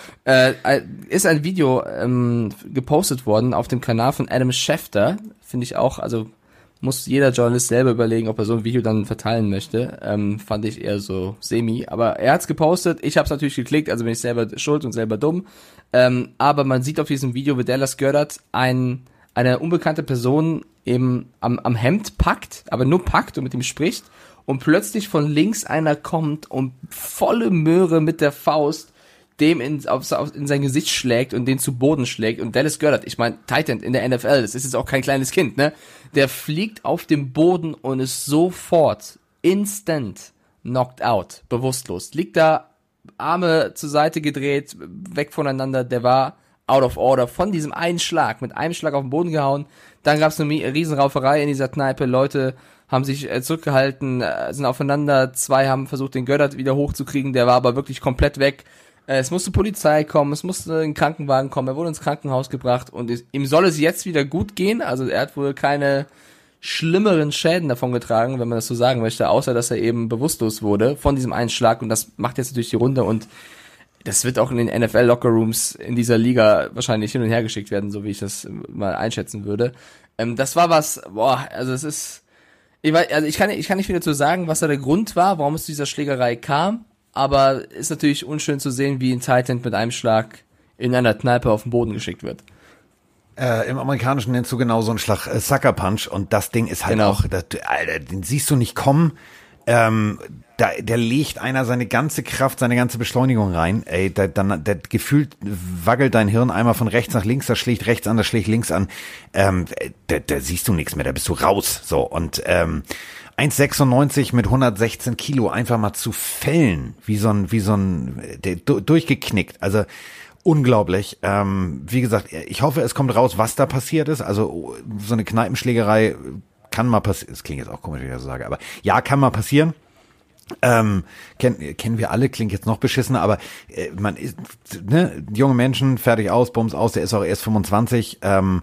Ist ein Video gepostet worden auf dem Kanal von Adam Schefter. Finde ich auch, also muss jeder Journalist selber überlegen, ob er so ein Video dann verteilen möchte. Fand ich eher so semi. Aber er hat's gepostet, ich hab's natürlich geklickt, also bin ich selber schuld und selber dumm. Aber man sieht auf diesem Video, wie Dallas Goedert eine unbekannte Person eben am Hemd packt, aber nur packt und mit ihm spricht. Und plötzlich von links einer kommt und volle Möhre mit der Faust dem in sein Gesicht schlägt und den zu Boden schlägt. Und Dallas Goedert, ich meine, Titan in der NFL, das ist jetzt auch kein kleines Kind, ne? Der fliegt auf dem Boden und ist sofort, instant, knocked out, bewusstlos. Liegt da, Arme zur Seite gedreht, weg voneinander, der war out of order von diesem einen Schlag, mit einem Schlag auf den Boden gehauen. Dann gab es eine Riesenrauferei in dieser Kneipe, Leute haben sich zurückgehalten, sind aufeinander, zwei haben versucht, den Goedert wieder hochzukriegen, der war aber wirklich komplett weg. Es musste Polizei kommen, es musste ein Krankenwagen kommen, er wurde ins Krankenhaus gebracht und ihm soll es jetzt wieder gut gehen, also er hat wohl keine schlimmeren Schäden davon getragen, wenn man das so sagen möchte, außer dass er eben bewusstlos wurde von diesem einen Schlag und das macht jetzt natürlich die Runde und das wird auch in den NFL-Lockerrooms in dieser Liga wahrscheinlich hin und her geschickt werden, so wie ich das mal einschätzen würde. Das war was, also es ist, ich kann nicht viel dazu sagen, was da der Grund war, warum es zu dieser Schlägerei kam, aber ist natürlich unschön zu sehen, wie ein Titan mit einem Schlag in einer Kneipe auf den Boden geschickt wird. Im Amerikanischen nennst du genau so einen Schlag Sucker Punch und das Ding ist halt auch, Alter, den siehst du nicht kommen. Der legt einer seine ganze Kraft, seine ganze Beschleunigung rein. Ey, der gefühlt wackelt dein Hirn einmal von rechts nach links, das schlägt rechts an, das schlägt links an. Da siehst du nichts mehr, da bist du raus. So und 1,96 mit 116 Kilo einfach mal zu fällen, wie so ein durchgeknickt. Also unglaublich. Wie gesagt, ich hoffe, es kommt raus, was da passiert ist. Also so eine Kneipenschlägerei kann mal passieren. Das klingt jetzt auch komisch, wie ich das sage, aber ja, kann mal passieren. Kennen wir alle, klingt jetzt noch beschissener, aber man ist, ne, junge Menschen, fertig aus, Bums aus, der ist auch erst 25.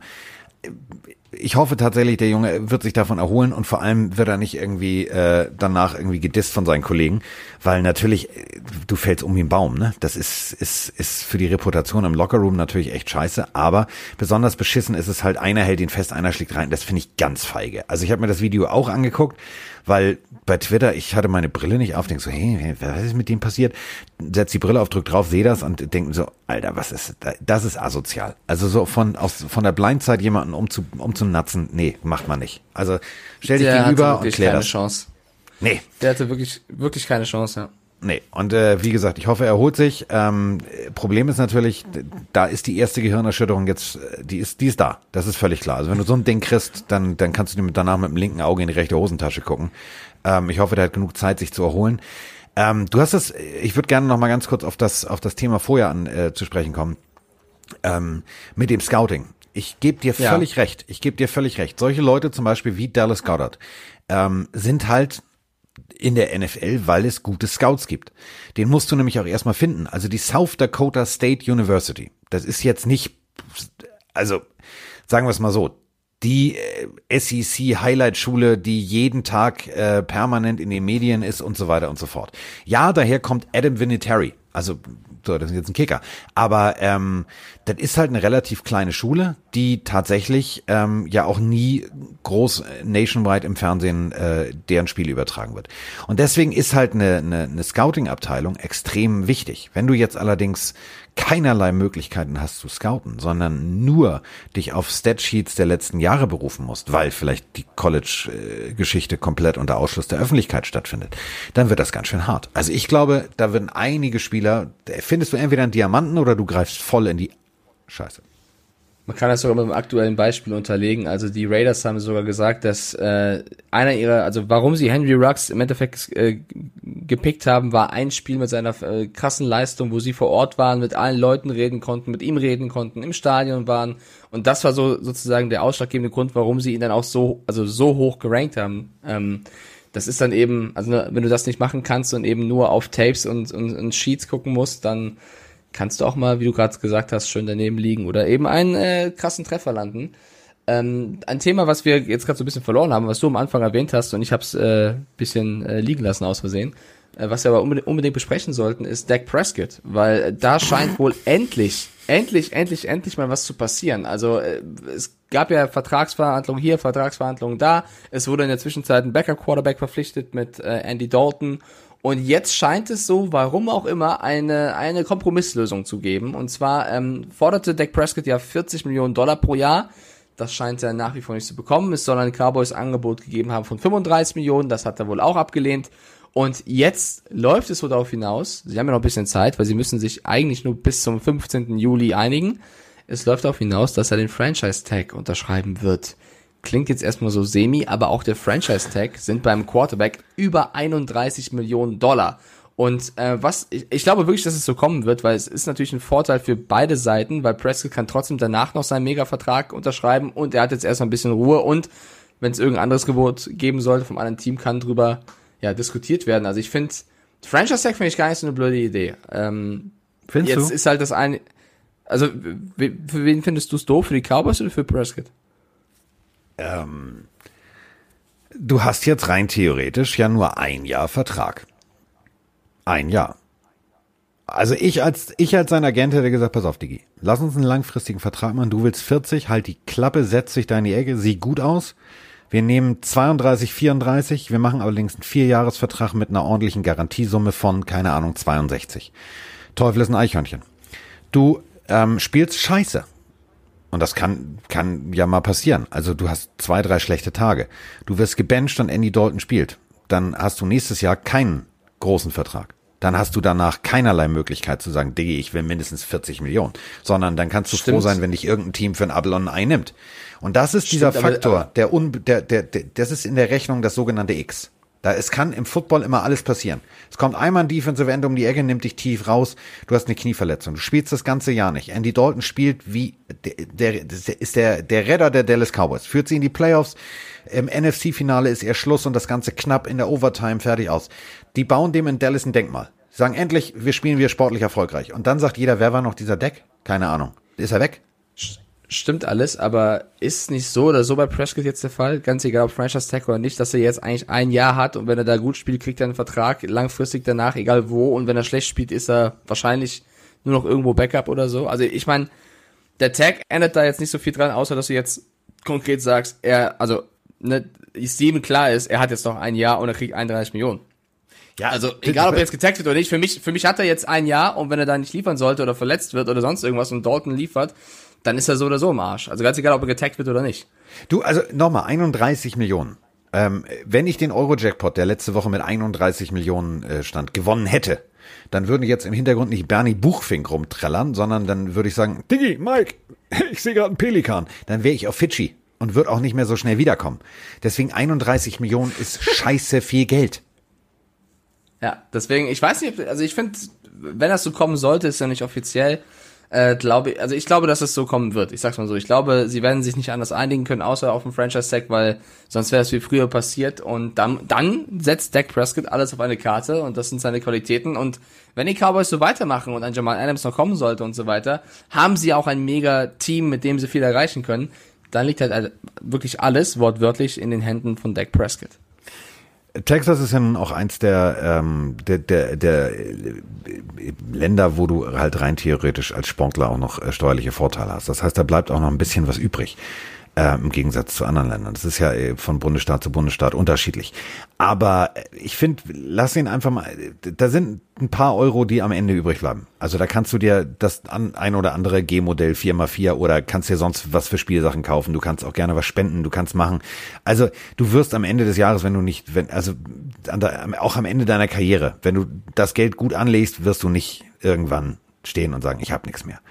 Ich hoffe tatsächlich, der Junge wird sich davon erholen und vor allem wird er nicht irgendwie danach irgendwie gedisst von seinen Kollegen, weil natürlich, du fällst um wie ein Baum, ne? Das ist für die Reputation im Lockerroom natürlich echt scheiße, aber besonders beschissen ist es halt, einer hält ihn fest, einer schlägt rein, das finde ich ganz feige. Also ich habe mir das Video auch angeguckt, weil bei Twitter, ich hatte meine Brille nicht auf, denk so, hey, was ist mit dem passiert? Setz die Brille auf, drück drauf, seh das und denk so, Alter, was ist das? ist asozial. Also so von der Blindzeit jemanden umzunatzen, nee, macht man nicht. Also stell dich gegenüber und klär das. Chance. Nee. Der hatte wirklich, wirklich keine Chance, ja. Nee, und wie gesagt, ich hoffe, er erholt sich. Problem ist natürlich, da ist die erste Gehirnerschütterung jetzt, die ist da. Das ist völlig klar. Also wenn du so ein Ding kriegst, dann kannst du danach mit dem linken Auge in die rechte Hosentasche gucken. Ich hoffe, der hat genug Zeit, sich zu erholen. Du hast es, ich würde gerne noch mal ganz kurz auf das Thema vorher zu sprechen kommen. Mit dem Scouting. Ich gebe dir völlig recht. Solche Leute zum Beispiel wie Dallas Goedert sind halt in der NFL, weil es gute Scouts gibt. Den musst du nämlich auch erstmal finden. Also die South Dakota State University, das ist jetzt nicht, also sagen wir es mal so, die SEC Highlight-Schule, die jeden Tag permanent in den Medien ist und so weiter und so fort. Ja, daher kommt Adam Vinatieri. Also So, das ist jetzt ein Kicker. Aber das ist halt eine relativ kleine Schule, die tatsächlich ja auch nie groß nationwide im Fernsehen deren Spiel übertragen wird. Und deswegen ist halt eine Scouting-Abteilung extrem wichtig. Wenn du jetzt allerdings keinerlei Möglichkeiten hast zu scouten, sondern nur dich auf Statsheets der letzten Jahre berufen musst, weil vielleicht die College-Geschichte komplett unter Ausschluss der Öffentlichkeit stattfindet, dann wird das ganz schön hart. Also ich glaube, da werden einige Spieler, findest du entweder einen Diamanten oder du greifst voll in die Scheiße. Man kann das sogar mit einem aktuellen Beispiel unterlegen. Also die Raiders haben sogar gesagt, dass warum sie Henry Ruggs im Endeffekt gepickt haben, war ein Spiel mit seiner krassen Leistung, wo sie vor Ort waren, mit allen Leuten reden konnten, mit ihm reden konnten, im Stadion waren. Und das war so sozusagen der ausschlaggebende Grund, warum sie ihn dann auch so hoch gerankt haben. Das ist dann eben, also wenn du das nicht machen kannst und eben nur auf Tapes und Sheets gucken musst, dann kannst du auch mal, wie du gerade gesagt hast, schön daneben liegen oder eben einen krassen Treffer landen. Ein Thema, was wir jetzt gerade so ein bisschen verloren haben, was du am Anfang erwähnt hast und ich habe es bisschen liegen lassen aus Versehen, was wir aber unbedingt besprechen sollten, ist Dak Prescott, weil da scheint wohl endlich mal was zu passieren. Also es gab ja Vertragsverhandlungen hier, Vertragsverhandlungen da. Es wurde in der Zwischenzeit ein Backup-Quarterback verpflichtet mit Andy Dalton. Und jetzt scheint es so, warum auch immer, eine Kompromisslösung zu geben. Und zwar forderte Dak Prescott ja $40 Millionen pro Jahr. Das scheint er nach wie vor nicht zu bekommen. Es soll an die Cowboys ein Angebot gegeben haben von 35 Millionen. Das hat er wohl auch abgelehnt. Und jetzt läuft es so darauf hinaus. Sie haben ja noch ein bisschen Zeit, weil sie müssen sich eigentlich nur bis zum 15. Juli einigen. Es läuft darauf hinaus, dass er den Franchise-Tag unterschreiben wird. Klingt jetzt erstmal so semi, aber auch der Franchise-Tag sind beim Quarterback über $31 Millionen. Und ich glaube wirklich, dass es so kommen wird, weil es ist natürlich ein Vorteil für beide Seiten, weil Prescott kann trotzdem danach noch seinen Mega-Vertrag unterschreiben und er hat jetzt erstmal ein bisschen Ruhe und wenn es irgendein anderes Gebot geben sollte vom anderen Team, kann drüber diskutiert werden. Also ich finde, Franchise-Tag finde ich gar nicht so eine blöde Idee. Findest jetzt du? ist halt das eine, also für wen findest du es doof? Für die Cowboys oder für Prescott? Du hast jetzt rein theoretisch ja nur ein Jahr Vertrag. Ein Jahr. Also ich als sein Agent hätte gesagt, pass auf, Digi, lass uns einen langfristigen Vertrag machen. Du willst 40, halt die Klappe, setz dich da in die Ecke, sieh gut aus. Wir nehmen 32, 34, wir machen allerdings einen 4-Jahres-Vertrag mit einer ordentlichen Garantiesumme von, keine Ahnung, 62. Teufel ist ein Eichhörnchen. Du spielst scheiße. Und das kann ja mal passieren. Also du hast 2, 3 schlechte Tage. Du wirst gebencht und Andy Dalton spielt. Dann hast du nächstes Jahr keinen großen Vertrag. Dann hast du danach keinerlei Möglichkeit zu sagen, Diggi, ich will mindestens 40 Millionen. Sondern dann kannst du froh sein, wenn dich irgendein Team für ein Abel und ein Ei nimmt. Und das ist dieser Faktor, das ist in der Rechnung das sogenannte X. Es kann im Football immer alles passieren. Es kommt einmal ein Defensive End um die Ecke, nimmt dich tief raus, du hast eine Knieverletzung, du spielst das ganze Jahr nicht. Andy Dalton spielt wie, der Redder der Dallas Cowboys, führt sie in die Playoffs, im NFC-Finale ist er Schluss und das Ganze knapp in der Overtime fertig aus. Die bauen dem in Dallas ein Denkmal. Sagen endlich, wir spielen wieder sportlich erfolgreich. Und dann sagt jeder, wer war noch dieser Dak? Keine Ahnung. Ist er weg? Stimmt alles, aber ist nicht so oder so bei Prescott jetzt der Fall, ganz egal ob Franchise-Tag oder nicht, dass er jetzt eigentlich ein Jahr hat und wenn er da gut spielt, kriegt er einen Vertrag langfristig danach, egal wo, und wenn er schlecht spielt, ist er wahrscheinlich nur noch irgendwo Backup oder so. Also ich meine, der Tag ändert da jetzt nicht so viel dran, außer dass du jetzt konkret sagst, Steven klar ist, er hat jetzt noch ein Jahr und er kriegt 31 Millionen. Ja, also egal ob er jetzt getaggt wird oder nicht, für mich hat er jetzt ein Jahr und wenn er da nicht liefern sollte oder verletzt wird oder sonst irgendwas und Dalton liefert, dann ist er so oder so im Arsch. Also ganz egal, ob er getaggt wird oder nicht. Du, also nochmal, 31 Millionen. Wenn ich den Euro-Jackpot, der letzte Woche mit 31 Millionen stand, gewonnen hätte, dann würde jetzt im Hintergrund nicht Bernie Buchfink rumträllern, sondern dann würde ich sagen, Diggi, Mike, ich sehe gerade einen Pelikan. Dann wäre ich auf Fidschi und würde auch nicht mehr so schnell wiederkommen. Deswegen 31 Millionen ist scheiße viel Geld. Ja, deswegen, ich weiß nicht, also ich finde, wenn das so kommen sollte, ist ja nicht offiziell, ich glaube, dass es so kommen wird. Ich sag's mal so. Ich glaube, sie werden sich nicht anders einigen können, außer auf dem Franchise-Tag, weil sonst wäre es wie früher passiert. Und dann setzt Dak Prescott alles auf eine Karte und das sind seine Qualitäten. Und wenn die Cowboys so weitermachen und ein Jamal Adams noch kommen sollte und so weiter, haben sie auch ein mega Team, mit dem sie viel erreichen können. Dann liegt halt wirklich alles wortwörtlich in den Händen von Dak Prescott. Texas ist ja nun auch eins der Länder, wo du halt rein theoretisch als Sportler auch noch steuerliche Vorteile hast. Das heißt, da bleibt auch noch ein bisschen was übrig. Im Gegensatz zu anderen Ländern. Das ist ja von Bundesstaat zu Bundesstaat unterschiedlich. Aber ich finde, lass ihn einfach mal, da sind ein paar Euro, die am Ende übrig bleiben. Also da kannst du dir das ein oder andere G-Modell 4x4 oder kannst dir sonst was für Spielsachen kaufen. Du kannst auch gerne was spenden, du kannst machen. Also du wirst am Ende des Jahres, auch am Ende deiner Karriere, wenn du das Geld gut anlegst, wirst du nicht irgendwann stehen und sagen, ich habe nichts mehr.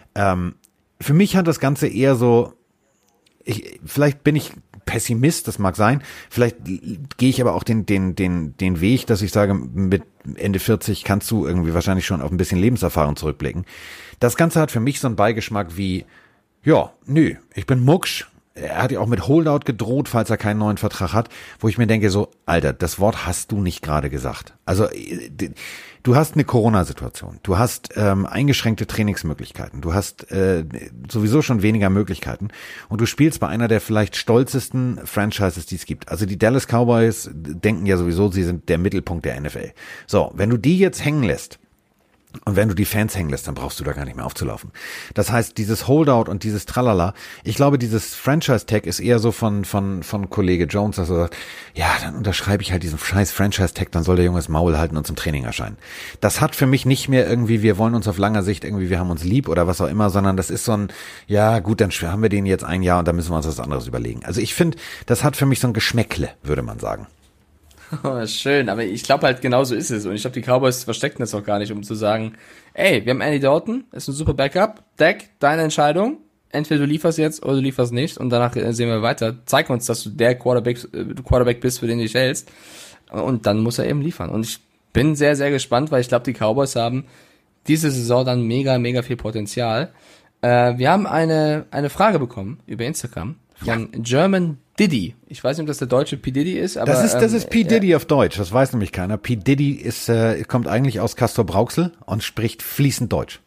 Für mich hat das Ganze eher so, vielleicht bin ich Pessimist, das mag sein. Vielleicht gehe ich aber auch den Weg, dass ich sage, mit Ende 40 kannst du irgendwie wahrscheinlich schon auf ein bisschen Lebenserfahrung zurückblicken. Das Ganze hat für mich so einen Beigeschmack wie, ja, nö, ich bin mucksch. Er hat ja auch mit Holdout gedroht, falls er keinen neuen Vertrag hat, wo ich mir denke so, Alter, das Wort hast du nicht gerade gesagt. Also du hast eine Corona-Situation, du hast eingeschränkte Trainingsmöglichkeiten, du hast sowieso schon weniger Möglichkeiten und du spielst bei einer der vielleicht stolzesten Franchises, die es gibt. Also die Dallas Cowboys denken ja sowieso, sie sind der Mittelpunkt der NFL. So, wenn du die jetzt hängen lässt, und wenn du die Fans hängen lässt, dann brauchst du da gar nicht mehr aufzulaufen. Das heißt, dieses Holdout und dieses Tralala, ich glaube, dieses Franchise-Tag ist eher so von Kollege Jones, dass er sagt, ja, dann unterschreibe ich halt diesen scheiß Franchise-Tag, dann soll der Junge das Maul halten und zum Training erscheinen. Das hat für mich nicht mehr irgendwie, wir wollen uns auf langer Sicht irgendwie, wir haben uns lieb oder was auch immer, sondern das ist so ein, ja gut, dann haben wir den jetzt ein Jahr und dann müssen wir uns was anderes überlegen. Also ich finde, das hat für mich so ein Geschmäckle, würde man sagen. Oh, schön, aber ich glaube halt, genau so ist es. Und ich glaube, die Cowboys versteckten das auch gar nicht, um zu sagen, ey, wir haben Andy Dalton, ist ein super Backup, Dak, deine Entscheidung, entweder du lieferst jetzt oder du lieferst nicht und danach sehen wir weiter. Zeig uns, dass du der Quarterback bist, für den du dich hältst und dann muss er eben liefern. Und ich bin sehr, sehr gespannt, weil ich glaube, die Cowboys haben diese Saison dann mega, mega viel Potenzial. Wir haben eine Frage bekommen über Instagram von German Diddy. Ich weiß nicht, ob das der deutsche P. Diddy ist, aber... Das ist P. Diddy auf Deutsch, das weiß nämlich keiner. P. Diddy kommt eigentlich aus Castrop-Rauxel und spricht fließend Deutsch.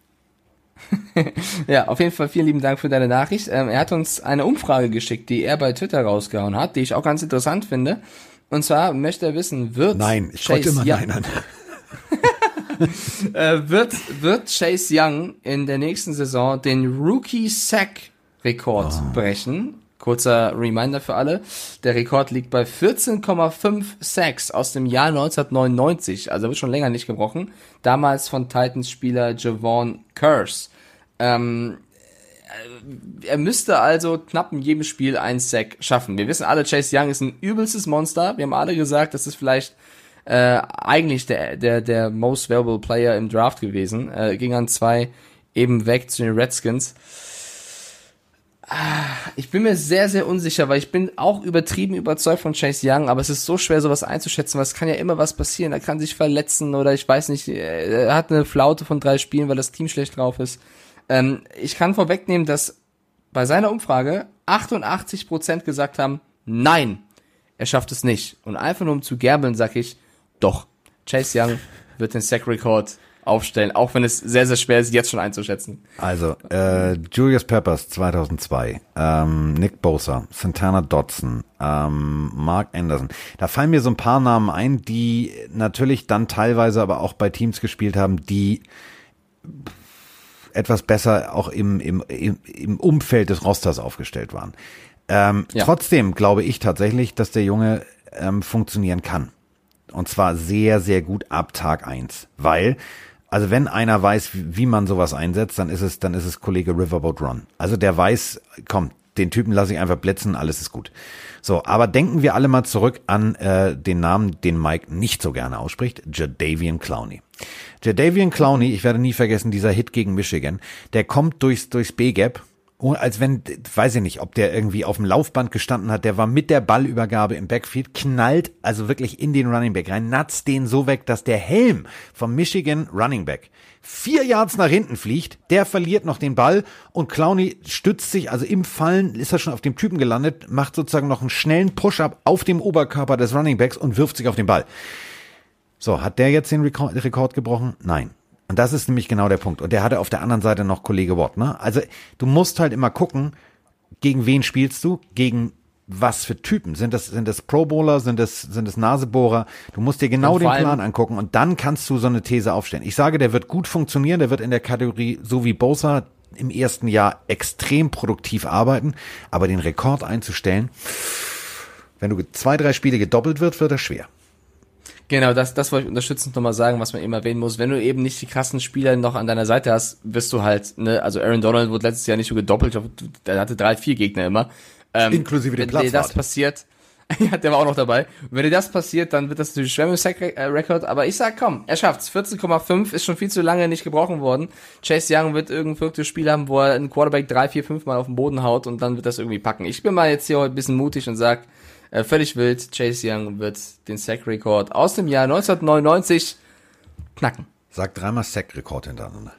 Ja, auf jeden Fall vielen lieben Dank für deine Nachricht. Er hat uns eine Umfrage geschickt, die er bei Twitter rausgehauen hat, die ich auch ganz interessant finde. Und zwar möchte er wissen, wird Nein, ich wollte immer Nein an. Wird Chase Young in der nächsten Saison den Rookie-Sack-Rekord brechen? Kurzer Reminder für alle. Der Rekord liegt bei 14,5 Sacks aus dem Jahr 1999. Also wird schon länger nicht gebrochen. Damals von Titans-Spieler Javon Curse. Er müsste also knapp in jedem Spiel einen Sack schaffen. Wir wissen alle, Chase Young ist ein übelstes Monster. Wir haben alle gesagt, das ist vielleicht eigentlich der most valuable Player im Draft gewesen. Ging an 2 eben weg zu den Redskins. Ich bin mir sehr, sehr unsicher, weil ich bin auch übertrieben überzeugt von Chase Young, aber es ist so schwer, sowas einzuschätzen, weil es kann ja immer was passieren. Er kann sich verletzen oder ich weiß nicht, er hat eine Flaute von 3 Spielen, weil das Team schlecht drauf ist. Ich kann vorwegnehmen, dass bei seiner Umfrage 88% gesagt haben, nein, er schafft es nicht. Und einfach nur um zu gambeln, sag ich, doch, Chase Young wird den Sack-Rekord aufstellen, auch wenn es sehr, sehr schwer ist, jetzt schon einzuschätzen. Also, Julius Peppers 2002, Nick Bosa, Santana Dotson, Mark Anderson. Da fallen mir so ein paar Namen ein, die natürlich dann teilweise aber auch bei Teams gespielt haben, die etwas besser auch im Umfeld des Rosters aufgestellt waren. Trotzdem glaube ich tatsächlich, dass der Junge funktionieren kann. Und zwar sehr, sehr gut ab Tag 1. Weil, also wenn einer weiß, wie man sowas einsetzt, dann ist es Kollege Riverboat Ron. Also der weiß, komm, den Typen lasse ich einfach blitzen, alles ist gut. So, aber denken wir alle mal zurück an den Namen, den Mike nicht so gerne ausspricht, Jadeveon Clowney. Jadeveon Clowney, ich werde nie vergessen, dieser Hit gegen Michigan, der kommt durchs B-Gap, als wenn, weiß ich nicht, ob der irgendwie auf dem Laufband gestanden hat, der war mit der Ballübergabe im Backfield, knallt also wirklich in den Running Back rein, natzt den so weg, dass der Helm vom Michigan Running Back 4 Yards nach hinten fliegt, der verliert noch den Ball und Clowney stützt sich, also im Fallen ist er schon auf dem Typen gelandet, macht sozusagen noch einen schnellen Push-Up auf dem Oberkörper des Running Backs und wirft sich auf den Ball. So, hat der jetzt den Rekord gebrochen? Nein. Und das ist nämlich genau der Punkt. Und der hatte auf der anderen Seite noch Kollege Watt, ne? Also, du musst halt immer gucken, gegen wen spielst du? Gegen was für Typen. Sind das Pro Bowler, sind das Nasebohrer? Du musst dir genau den Plan angucken und dann kannst du so eine These aufstellen. Ich sage, der wird gut funktionieren, der wird in der Kategorie, so wie Bosa, im ersten Jahr extrem produktiv arbeiten, aber den Rekord einzustellen, wenn du 2-3 Spiele gedoppelt wird das schwer. Genau, das wollte ich unterstützend nochmal sagen, was man eben erwähnen muss. Wenn du eben nicht die krassen Spieler noch an deiner Seite hast, wirst du halt, ne, also Aaron Donald wurde letztes Jahr nicht so gedoppelt, der hatte 3-4 Gegner immer. Inklusive dem Platz. Wenn dir das passiert, ja, der war auch noch dabei. Wenn dir das passiert, dann wird das natürlich schwer mit dem Sack-Record, aber ich sag, komm, er schafft's. 14,5 ist schon viel zu lange nicht gebrochen worden. Chase Young wird irgendein verrücktes Spiel haben, wo er einen Quarterback 3, 4, 5 Mal auf den Boden haut und dann wird das irgendwie packen. Ich bin mal jetzt hier heute ein bisschen mutig und sag, völlig wild, Chase Young wird den Sack-Rekord aus dem Jahr 1999 knacken. Sag 3-mal Sack-Rekord hintereinander.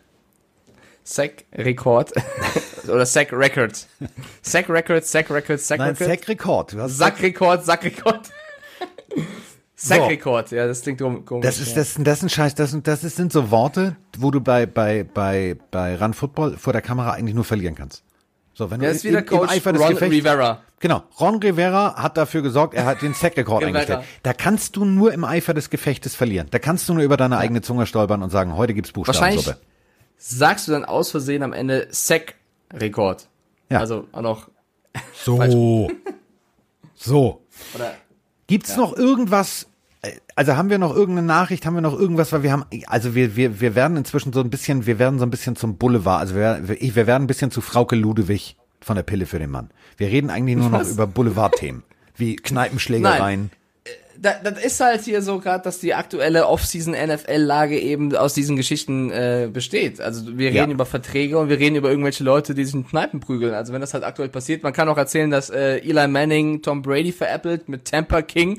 Sack-Rekord oder Sack-Record. Sack-Record, Sack-Record, Sack-Record. Nein, Sack-Rekord. Sack-Rekord, Sack-Rekord. Sack-Rekord, ja, das klingt komisch. Das ist ein Scheiß, sind so Worte, wo du bei Run Football vor der Kamera eigentlich nur verlieren kannst. So, wenn du ist wieder Coach Ron Rivera. Genau, Ron Rivera hat dafür gesorgt, er hat den Sack-Rekord eingestellt. Da kannst du nur im Eifer des Gefechtes verlieren. Da kannst du nur über deine eigene Zunge stolpern und sagen, heute gibt's Buchstabensuppe. Wahrscheinlich sagst du dann aus Versehen am Ende Sack-Rekord. Ja. Also auch noch. So. Oder, Gibt's noch irgendwas? Also haben wir noch irgendeine Nachricht? Haben wir noch irgendwas? Weil wir haben, also wir werden inzwischen so ein bisschen zum Boulevard. Also wir werden ein bisschen zu Frauke Ludewig von der Pille für den Mann. Wir reden eigentlich nur noch über Boulevard-Themen. Wie Kneipenschlägereien. Das ist halt hier so gerade, dass die aktuelle Off-Season-NFL-Lage eben aus diesen Geschichten besteht. Also wir reden über Verträge und wir reden über irgendwelche Leute, die sich in Kneipen prügeln. Also wenn das halt aktuell passiert, man kann auch erzählen, dass Eli Manning Tom Brady veräppelt mit Tampa King.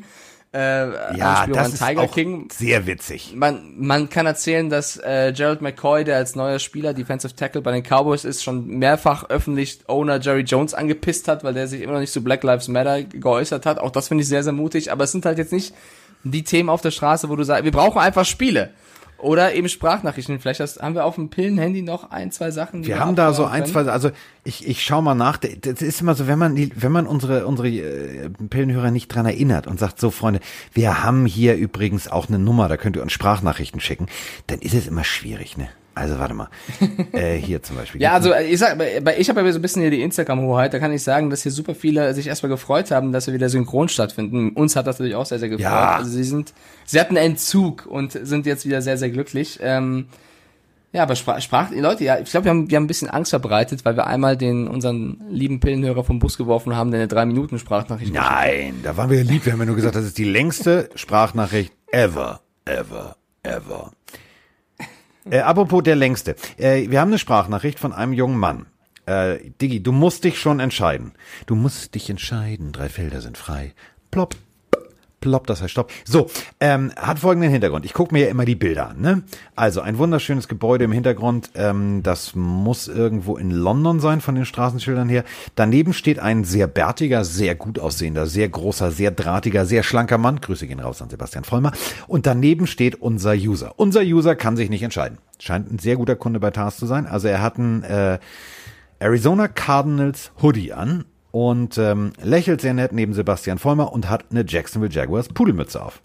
Das ist Tiger auch King. sehr witzig. Man kann erzählen, dass Gerald McCoy, der als neuer Spieler Defensive Tackle bei den Cowboys ist, schon mehrfach öffentlich Owner Jerry Jones angepisst hat, weil der sich immer noch nicht zu Black Lives Matter geäußert hat. Auch das finde ich sehr, sehr mutig. Aber es sind halt jetzt nicht die Themen auf der Straße, wo du sagst, wir brauchen einfach Spiele. Oder eben Sprachnachrichten. Vielleicht haben wir auf dem Pillenhandy noch 1, 2 Sachen. Wir haben da so 1, 2, also ich schau mal nach. Das ist immer so, wenn man unsere Pillenhörer nicht dran erinnert und sagt, so Freunde, wir haben hier übrigens auch eine Nummer, da könnt ihr uns Sprachnachrichten schicken, dann ist es immer schwierig, ne? Also warte mal, hier zum Beispiel. Ja, also ich habe ja so ein bisschen hier die Instagram-Hoheit, da kann ich sagen, dass hier super viele sich erstmal gefreut haben, dass wir wieder synchron stattfinden. Uns hat das natürlich auch sehr, sehr gefreut. Ja. Also sie hatten Entzug und sind jetzt wieder sehr, sehr glücklich. Ja, aber Leute, ja, ich glaube, wir haben ein bisschen Angst verbreitet, weil wir einmal unseren lieben Pillenhörer vom Bus geworfen haben, der eine 3-Minuten-Sprachnachricht Nein, da waren wir lieb, wir haben ja nur gesagt, das ist die längste Sprachnachricht ever. Apropos der längste. Wir haben eine Sprachnachricht von einem jungen Mann. Diggi, du musst dich schon entscheiden. Du musst dich entscheiden. 3 Felder sind frei. Plopp. Plopp, das heißt Stopp. So, hat folgenden Hintergrund. Ich gucke mir ja immer die Bilder an, ne? Also ein wunderschönes Gebäude im Hintergrund. Das muss irgendwo in London sein von den Straßenschildern her. Daneben steht ein sehr bärtiger, sehr gut aussehender, sehr großer, sehr drahtiger, sehr schlanker Mann. Grüße gehen raus an Sebastian Vollmer. Und daneben steht unser User. Unser User kann sich nicht entscheiden. Scheint ein sehr guter Kunde bei Tars zu sein. Also er hat einen Arizona Cardinals Hoodie an. Und lächelt sehr nett neben Sebastian Vollmer und hat eine Jacksonville Jaguars Pudelmütze auf.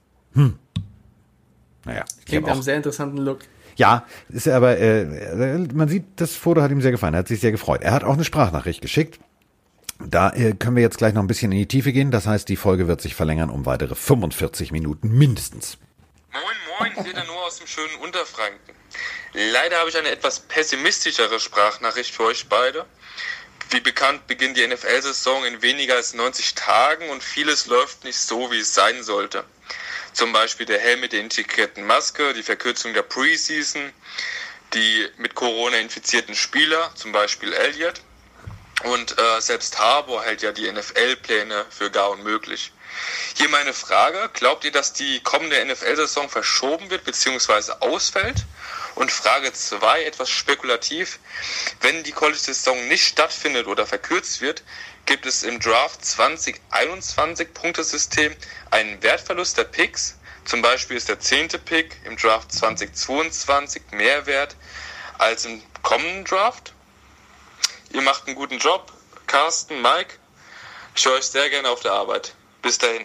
Naja. Klingt nach einem sehr interessanten Look. Ja, ist aber, man sieht, das Foto hat ihm sehr gefallen, er hat sich sehr gefreut. Er hat auch eine Sprachnachricht geschickt. Da können wir jetzt gleich noch ein bisschen in die Tiefe gehen. Das heißt, die Folge wird sich verlängern um weitere 45 Minuten mindestens. Moin, hier der Noah aus dem schönen Unterfranken. Leider habe ich eine etwas pessimistischere Sprachnachricht für euch beide. Wie bekannt beginnt die NFL-Saison in weniger als 90 Tagen und vieles läuft nicht so, wie es sein sollte. Zum Beispiel der Helm mit der integrierten Maske, die Verkürzung der Preseason, die mit Corona infizierten Spieler, zum Beispiel Elliott. Und selbst Harbour hält ja die NFL-Pläne für gar unmöglich. Hier meine Frage, glaubt ihr, dass die kommende NFL-Saison verschoben wird bzw. ausfällt? Und Frage 2, etwas spekulativ, wenn die College-Saison nicht stattfindet oder verkürzt wird, gibt es im Draft 2021 Punktesystem einen Wertverlust der Picks? Zum Beispiel ist der 10. Pick im Draft 2022 mehr wert als im kommenden Draft? Ihr macht einen guten Job, Carsten, Mike. Ich höre euch sehr gerne auf der Arbeit. Bis dahin.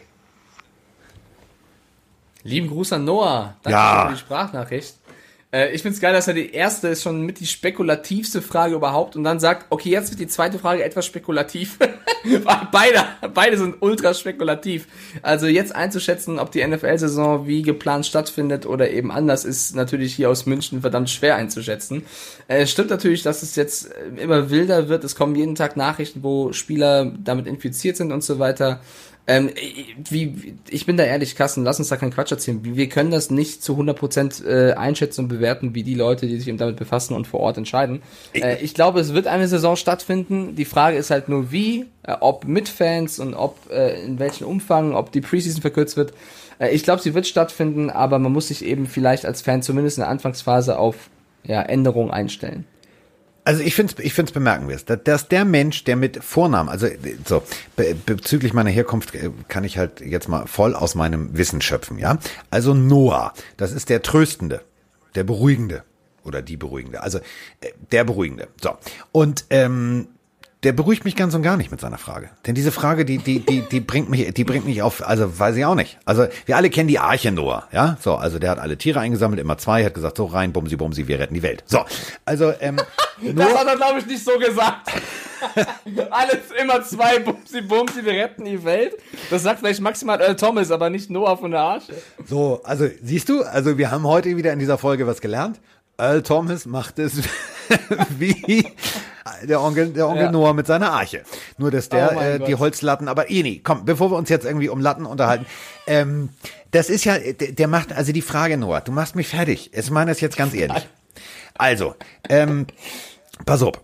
Lieben Gruß an Noah. Danke für die Sprachnachricht. Ich find's geil, dass er die erste ist schon mit die spekulativste Frage überhaupt und dann sagt, okay, jetzt wird die zweite Frage etwas spekulativ. Beide sind ultra spekulativ. Also jetzt einzuschätzen, ob die NFL-Saison wie geplant stattfindet oder eben anders, ist natürlich hier aus München verdammt schwer einzuschätzen. Es stimmt natürlich, dass es jetzt immer wilder wird. Es kommen jeden Tag Nachrichten, wo Spieler damit infiziert sind und so weiter. Ich bin da ehrlich, Carsten, lass uns da keinen Quatsch erzählen. Wir können das nicht zu 100% einschätzen und bewerten, wie die Leute, die sich eben damit befassen und vor Ort entscheiden. Ich glaube, es wird eine Saison stattfinden. Die Frage ist halt nur wie, ob mit Fans und ob in welchem Umfang, ob die Preseason verkürzt wird. Ich glaube, sie wird stattfinden, aber man muss sich eben vielleicht als Fan zumindest in der Anfangsphase auf Änderungen einstellen. Also ich find's bemerkenswert, dass der Mensch, der mit Vornamen, also so bezüglich meiner Herkunft kann ich halt jetzt mal voll aus meinem Wissen schöpfen, ja. Also Noah, das ist der Tröstende, der Beruhigende oder die Beruhigende, also der Beruhigende. So und der beruhigt mich ganz und gar nicht mit seiner Frage. Denn diese Frage, die bringt mich auf, also weiß ich auch nicht. Also wir alle kennen die Arche Noah, ja? So, also der hat alle Tiere eingesammelt, immer 2, hat gesagt, so rein, bumsi, bumsi, wir retten die Welt. So, also das hat er, glaube ich, nicht so gesagt. Alles immer 2, bumsi, bumsi, wir retten die Welt. Das sagt vielleicht maximal Earl Thomas, aber nicht Noah von der Arche. So, also siehst du, also wir haben heute wieder in dieser Folge was gelernt. Earl Thomas macht es wie der Onkel Noah mit seiner Arche. Nur, dass der die Holzlatten, aber nee, komm, bevor wir uns jetzt irgendwie um Latten unterhalten, das ist ja, der macht, also die Frage, Noah, du machst mich fertig. Ich meine das jetzt ganz ehrlich. Also, pass auf,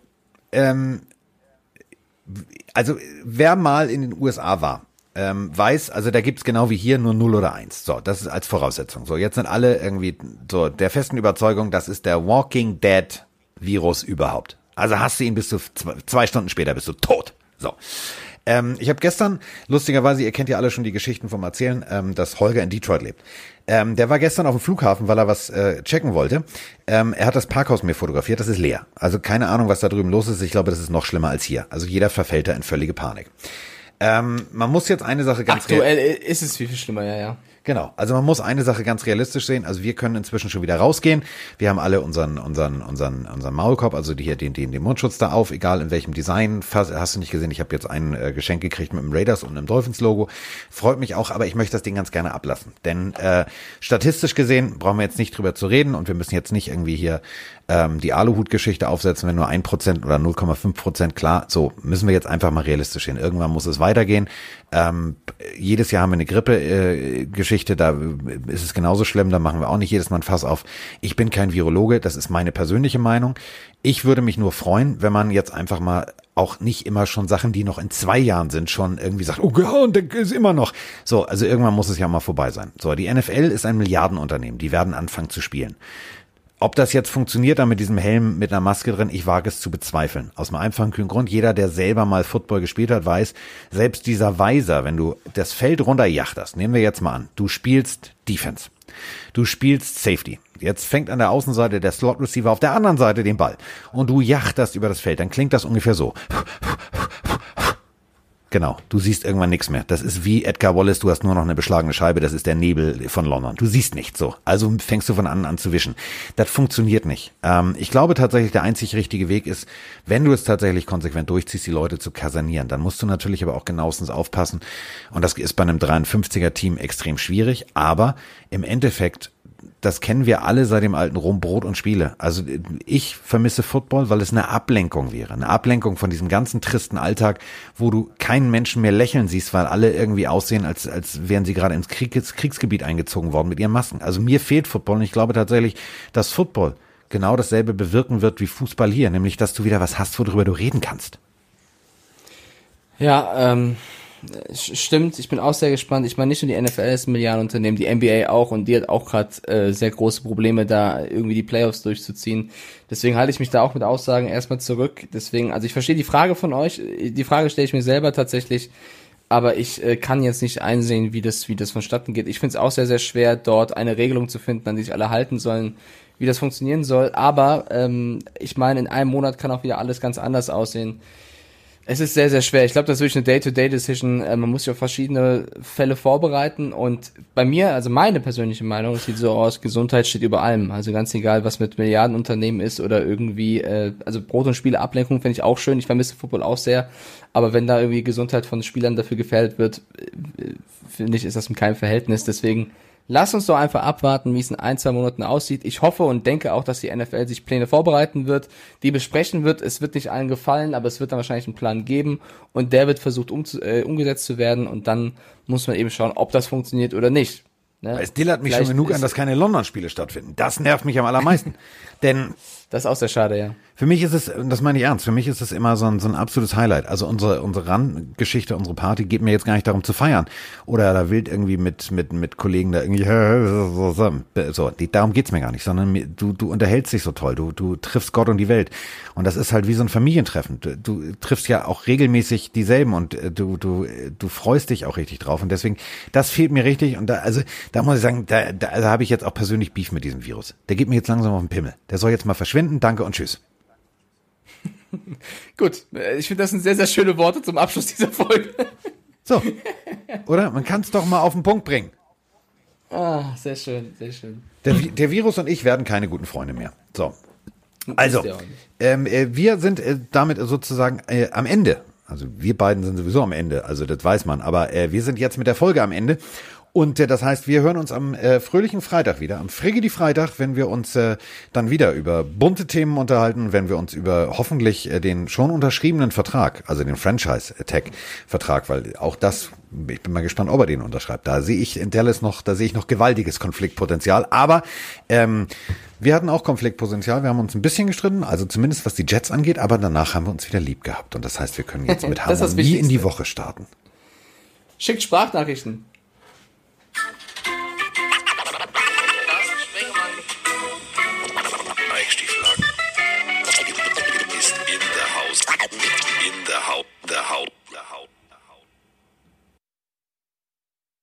also wer mal in den USA war, weiß, also da gibt's genau wie hier nur 0 oder 1. So, das ist als Voraussetzung. So, jetzt sind alle irgendwie so der festen Überzeugung, das ist der Walking Dead Virus überhaupt. Also hast du ihn bis zu 2 Stunden später bist du tot. So. Ich habe gestern, lustigerweise, ihr kennt ja alle schon die Geschichten vom Erzählen, dass Holger in Detroit lebt. Der war gestern auf dem Flughafen, weil er was checken wollte. Er hat das Parkhaus mir fotografiert, das ist leer. Also keine Ahnung, was da drüben los ist. Ich glaube, das ist noch schlimmer als hier. Also jeder verfällt da in völlige Panik. Man muss jetzt eine Sache ganz aktuell ist es viel schlimmer, ja. Genau, also man muss eine Sache ganz realistisch sehen. Also wir können inzwischen schon wieder rausgehen. Wir haben alle unseren Maulkorb, also den Mundschutz da auf, egal in welchem Design. Hast du nicht gesehen, ich habe jetzt ein Geschenk gekriegt mit einem Raiders und einem Dolphins-Logo. Freut mich auch, aber ich möchte das Ding ganz gerne ablassen. Denn statistisch gesehen brauchen wir jetzt nicht drüber zu reden und wir müssen jetzt nicht irgendwie hier die Aluhut-Geschichte aufsetzen, wenn nur 1% oder 0,5%, klar, so müssen wir jetzt einfach mal realistisch sehen. Irgendwann muss es weitergehen. Jedes Jahr haben wir eine Grippe-Geschichte, da ist es genauso schlimm, da machen wir auch nicht jedes Mal ein Fass auf. Ich bin kein Virologe, das ist meine persönliche Meinung. Ich würde mich nur freuen, wenn man jetzt einfach mal auch nicht immer schon Sachen, die noch in 2 Jahren sind, schon irgendwie sagt, oh ja, und der ist immer noch. So, also irgendwann muss es ja mal vorbei sein. So, die NFL ist ein Milliardenunternehmen, die werden anfangen zu spielen. Ob das jetzt funktioniert, da mit diesem Helm mit einer Maske drin, ich wage es zu bezweifeln. Aus einem einfachen kühlen Grund, jeder, der selber mal Football gespielt hat, weiß, selbst dieser Weiser, wenn du das Feld runterjachterst, nehmen wir jetzt mal an, du spielst Defense, du spielst Safety. Jetzt fängt an der Außenseite der Slot Receiver auf der anderen Seite den Ball und du jachterst über das Feld, dann klingt das ungefähr so. Genau, du siehst irgendwann nichts mehr. Das ist wie Edgar Wallace, du hast nur noch eine beschlagene Scheibe, das ist der Nebel von London. Du siehst nichts so. Also fängst du von an zu wischen. Das funktioniert nicht. Ich glaube tatsächlich, der einzig richtige Weg ist, wenn du es tatsächlich konsequent durchziehst, die Leute zu kasernieren. Dann musst du natürlich aber auch genauestens aufpassen. Und das ist bei einem 53er-Team extrem schwierig. Aber im Endeffekt, das kennen wir alle seit dem alten Rom, Brot und Spiele. Also ich vermisse Football, weil es eine Ablenkung wäre. Eine Ablenkung von diesem ganzen tristen Alltag, wo du keinen Menschen mehr lächeln siehst, weil alle irgendwie aussehen, als wären sie gerade ins Kriegsgebiet eingezogen worden mit ihren Masken. Also mir fehlt Football und ich glaube tatsächlich, dass Football genau dasselbe bewirken wird wie Fußball hier. Nämlich, dass du wieder was hast, worüber du reden kannst. Ja, stimmt, ich bin auch sehr gespannt. Ich meine, nicht nur die NFL ist ein Milliardenunternehmen, die NBA auch und die hat auch gerade sehr große Probleme, da irgendwie die Playoffs durchzuziehen. Deswegen halte ich mich da auch mit Aussagen erstmal zurück. Deswegen, also ich verstehe die Frage von euch, die Frage stelle ich mir selber tatsächlich, aber ich kann jetzt nicht einsehen, wie das vonstatten geht. Ich finde es auch sehr, sehr schwer, dort eine Regelung zu finden, an die sich alle halten sollen, wie das funktionieren soll. Aber ich meine, in einem Monat kann auch wieder alles ganz anders aussehen. Es ist sehr, sehr schwer. Ich glaube, das ist wirklich eine Day-to-Day-Decision. Man muss sich auf verschiedene Fälle vorbereiten und bei mir, also meine persönliche Meinung, es sieht so aus, Gesundheit steht über allem. Also ganz egal, was mit Milliardenunternehmen ist oder irgendwie, also Brot- und Spieleablenkung finde ich auch schön. Ich vermisse Football auch sehr. Aber wenn da irgendwie Gesundheit von Spielern dafür gefährdet wird, finde ich, ist das in keinem Verhältnis. Deswegen lass uns doch einfach abwarten, wie es in 1-2 Monaten aussieht. Ich hoffe und denke auch, dass die NFL sich Pläne vorbereiten wird, die besprechen wird. Es wird nicht allen gefallen, aber es wird dann wahrscheinlich einen Plan geben und der wird versucht umgesetzt zu werden und dann muss man eben schauen, ob das funktioniert oder nicht. Ne? Es dillert mich schon genug an, dass keine London-Spiele stattfinden. Das nervt mich am allermeisten. Denn das ist auch sehr schade, ja. für mich ist es, und das meine ich ernst, für mich ist es immer so ein absolutes Highlight. Also unsere Run-Geschichte, unsere Party geht mir jetzt gar nicht darum zu feiern. Oder da wild irgendwie mit Kollegen da irgendwie, darum geht's mir gar nicht, sondern du unterhältst dich so toll, du triffst Gott und die Welt. Und das ist halt wie so ein Familientreffen. Du triffst ja auch regelmäßig dieselben und du freust dich auch richtig drauf. Und deswegen, das fehlt mir richtig. Und da muss ich sagen, da habe ich jetzt auch persönlich Beef mit diesem Virus. Der geht mir jetzt langsam auf den Pimmel. Der soll jetzt mal verschwinden. Danke und tschüss. Gut, ich finde, das sind sehr, sehr schöne Worte zum Abschluss dieser Folge. So, oder? Man kann es doch mal auf den Punkt bringen. Ah, sehr schön, sehr schön. Der Virus und ich werden keine guten Freunde mehr. So, also, wir sind damit sozusagen am Ende. Also wir beiden sind sowieso am Ende, also das weiß man. Aber wir sind jetzt mit der Folge am Ende. Und das heißt, wir hören uns am fröhlichen Freitag wieder, am Friggedi Freitag, wenn wir uns dann wieder über bunte Themen unterhalten, wenn wir uns über hoffentlich den schon unterschriebenen Vertrag, also den Franchise-Tag-Vertrag, weil auch das, ich bin mal gespannt, ob er den unterschreibt. Da sehe ich in Dallas noch gewaltiges Konfliktpotenzial. Aber wir hatten auch Konfliktpotenzial, wir haben uns ein bisschen gestritten, also zumindest was die Jets angeht, aber danach haben wir uns wieder lieb gehabt. Und das heißt, wir können jetzt mit Harmonie in die Woche starten. Schickt Sprachnachrichten.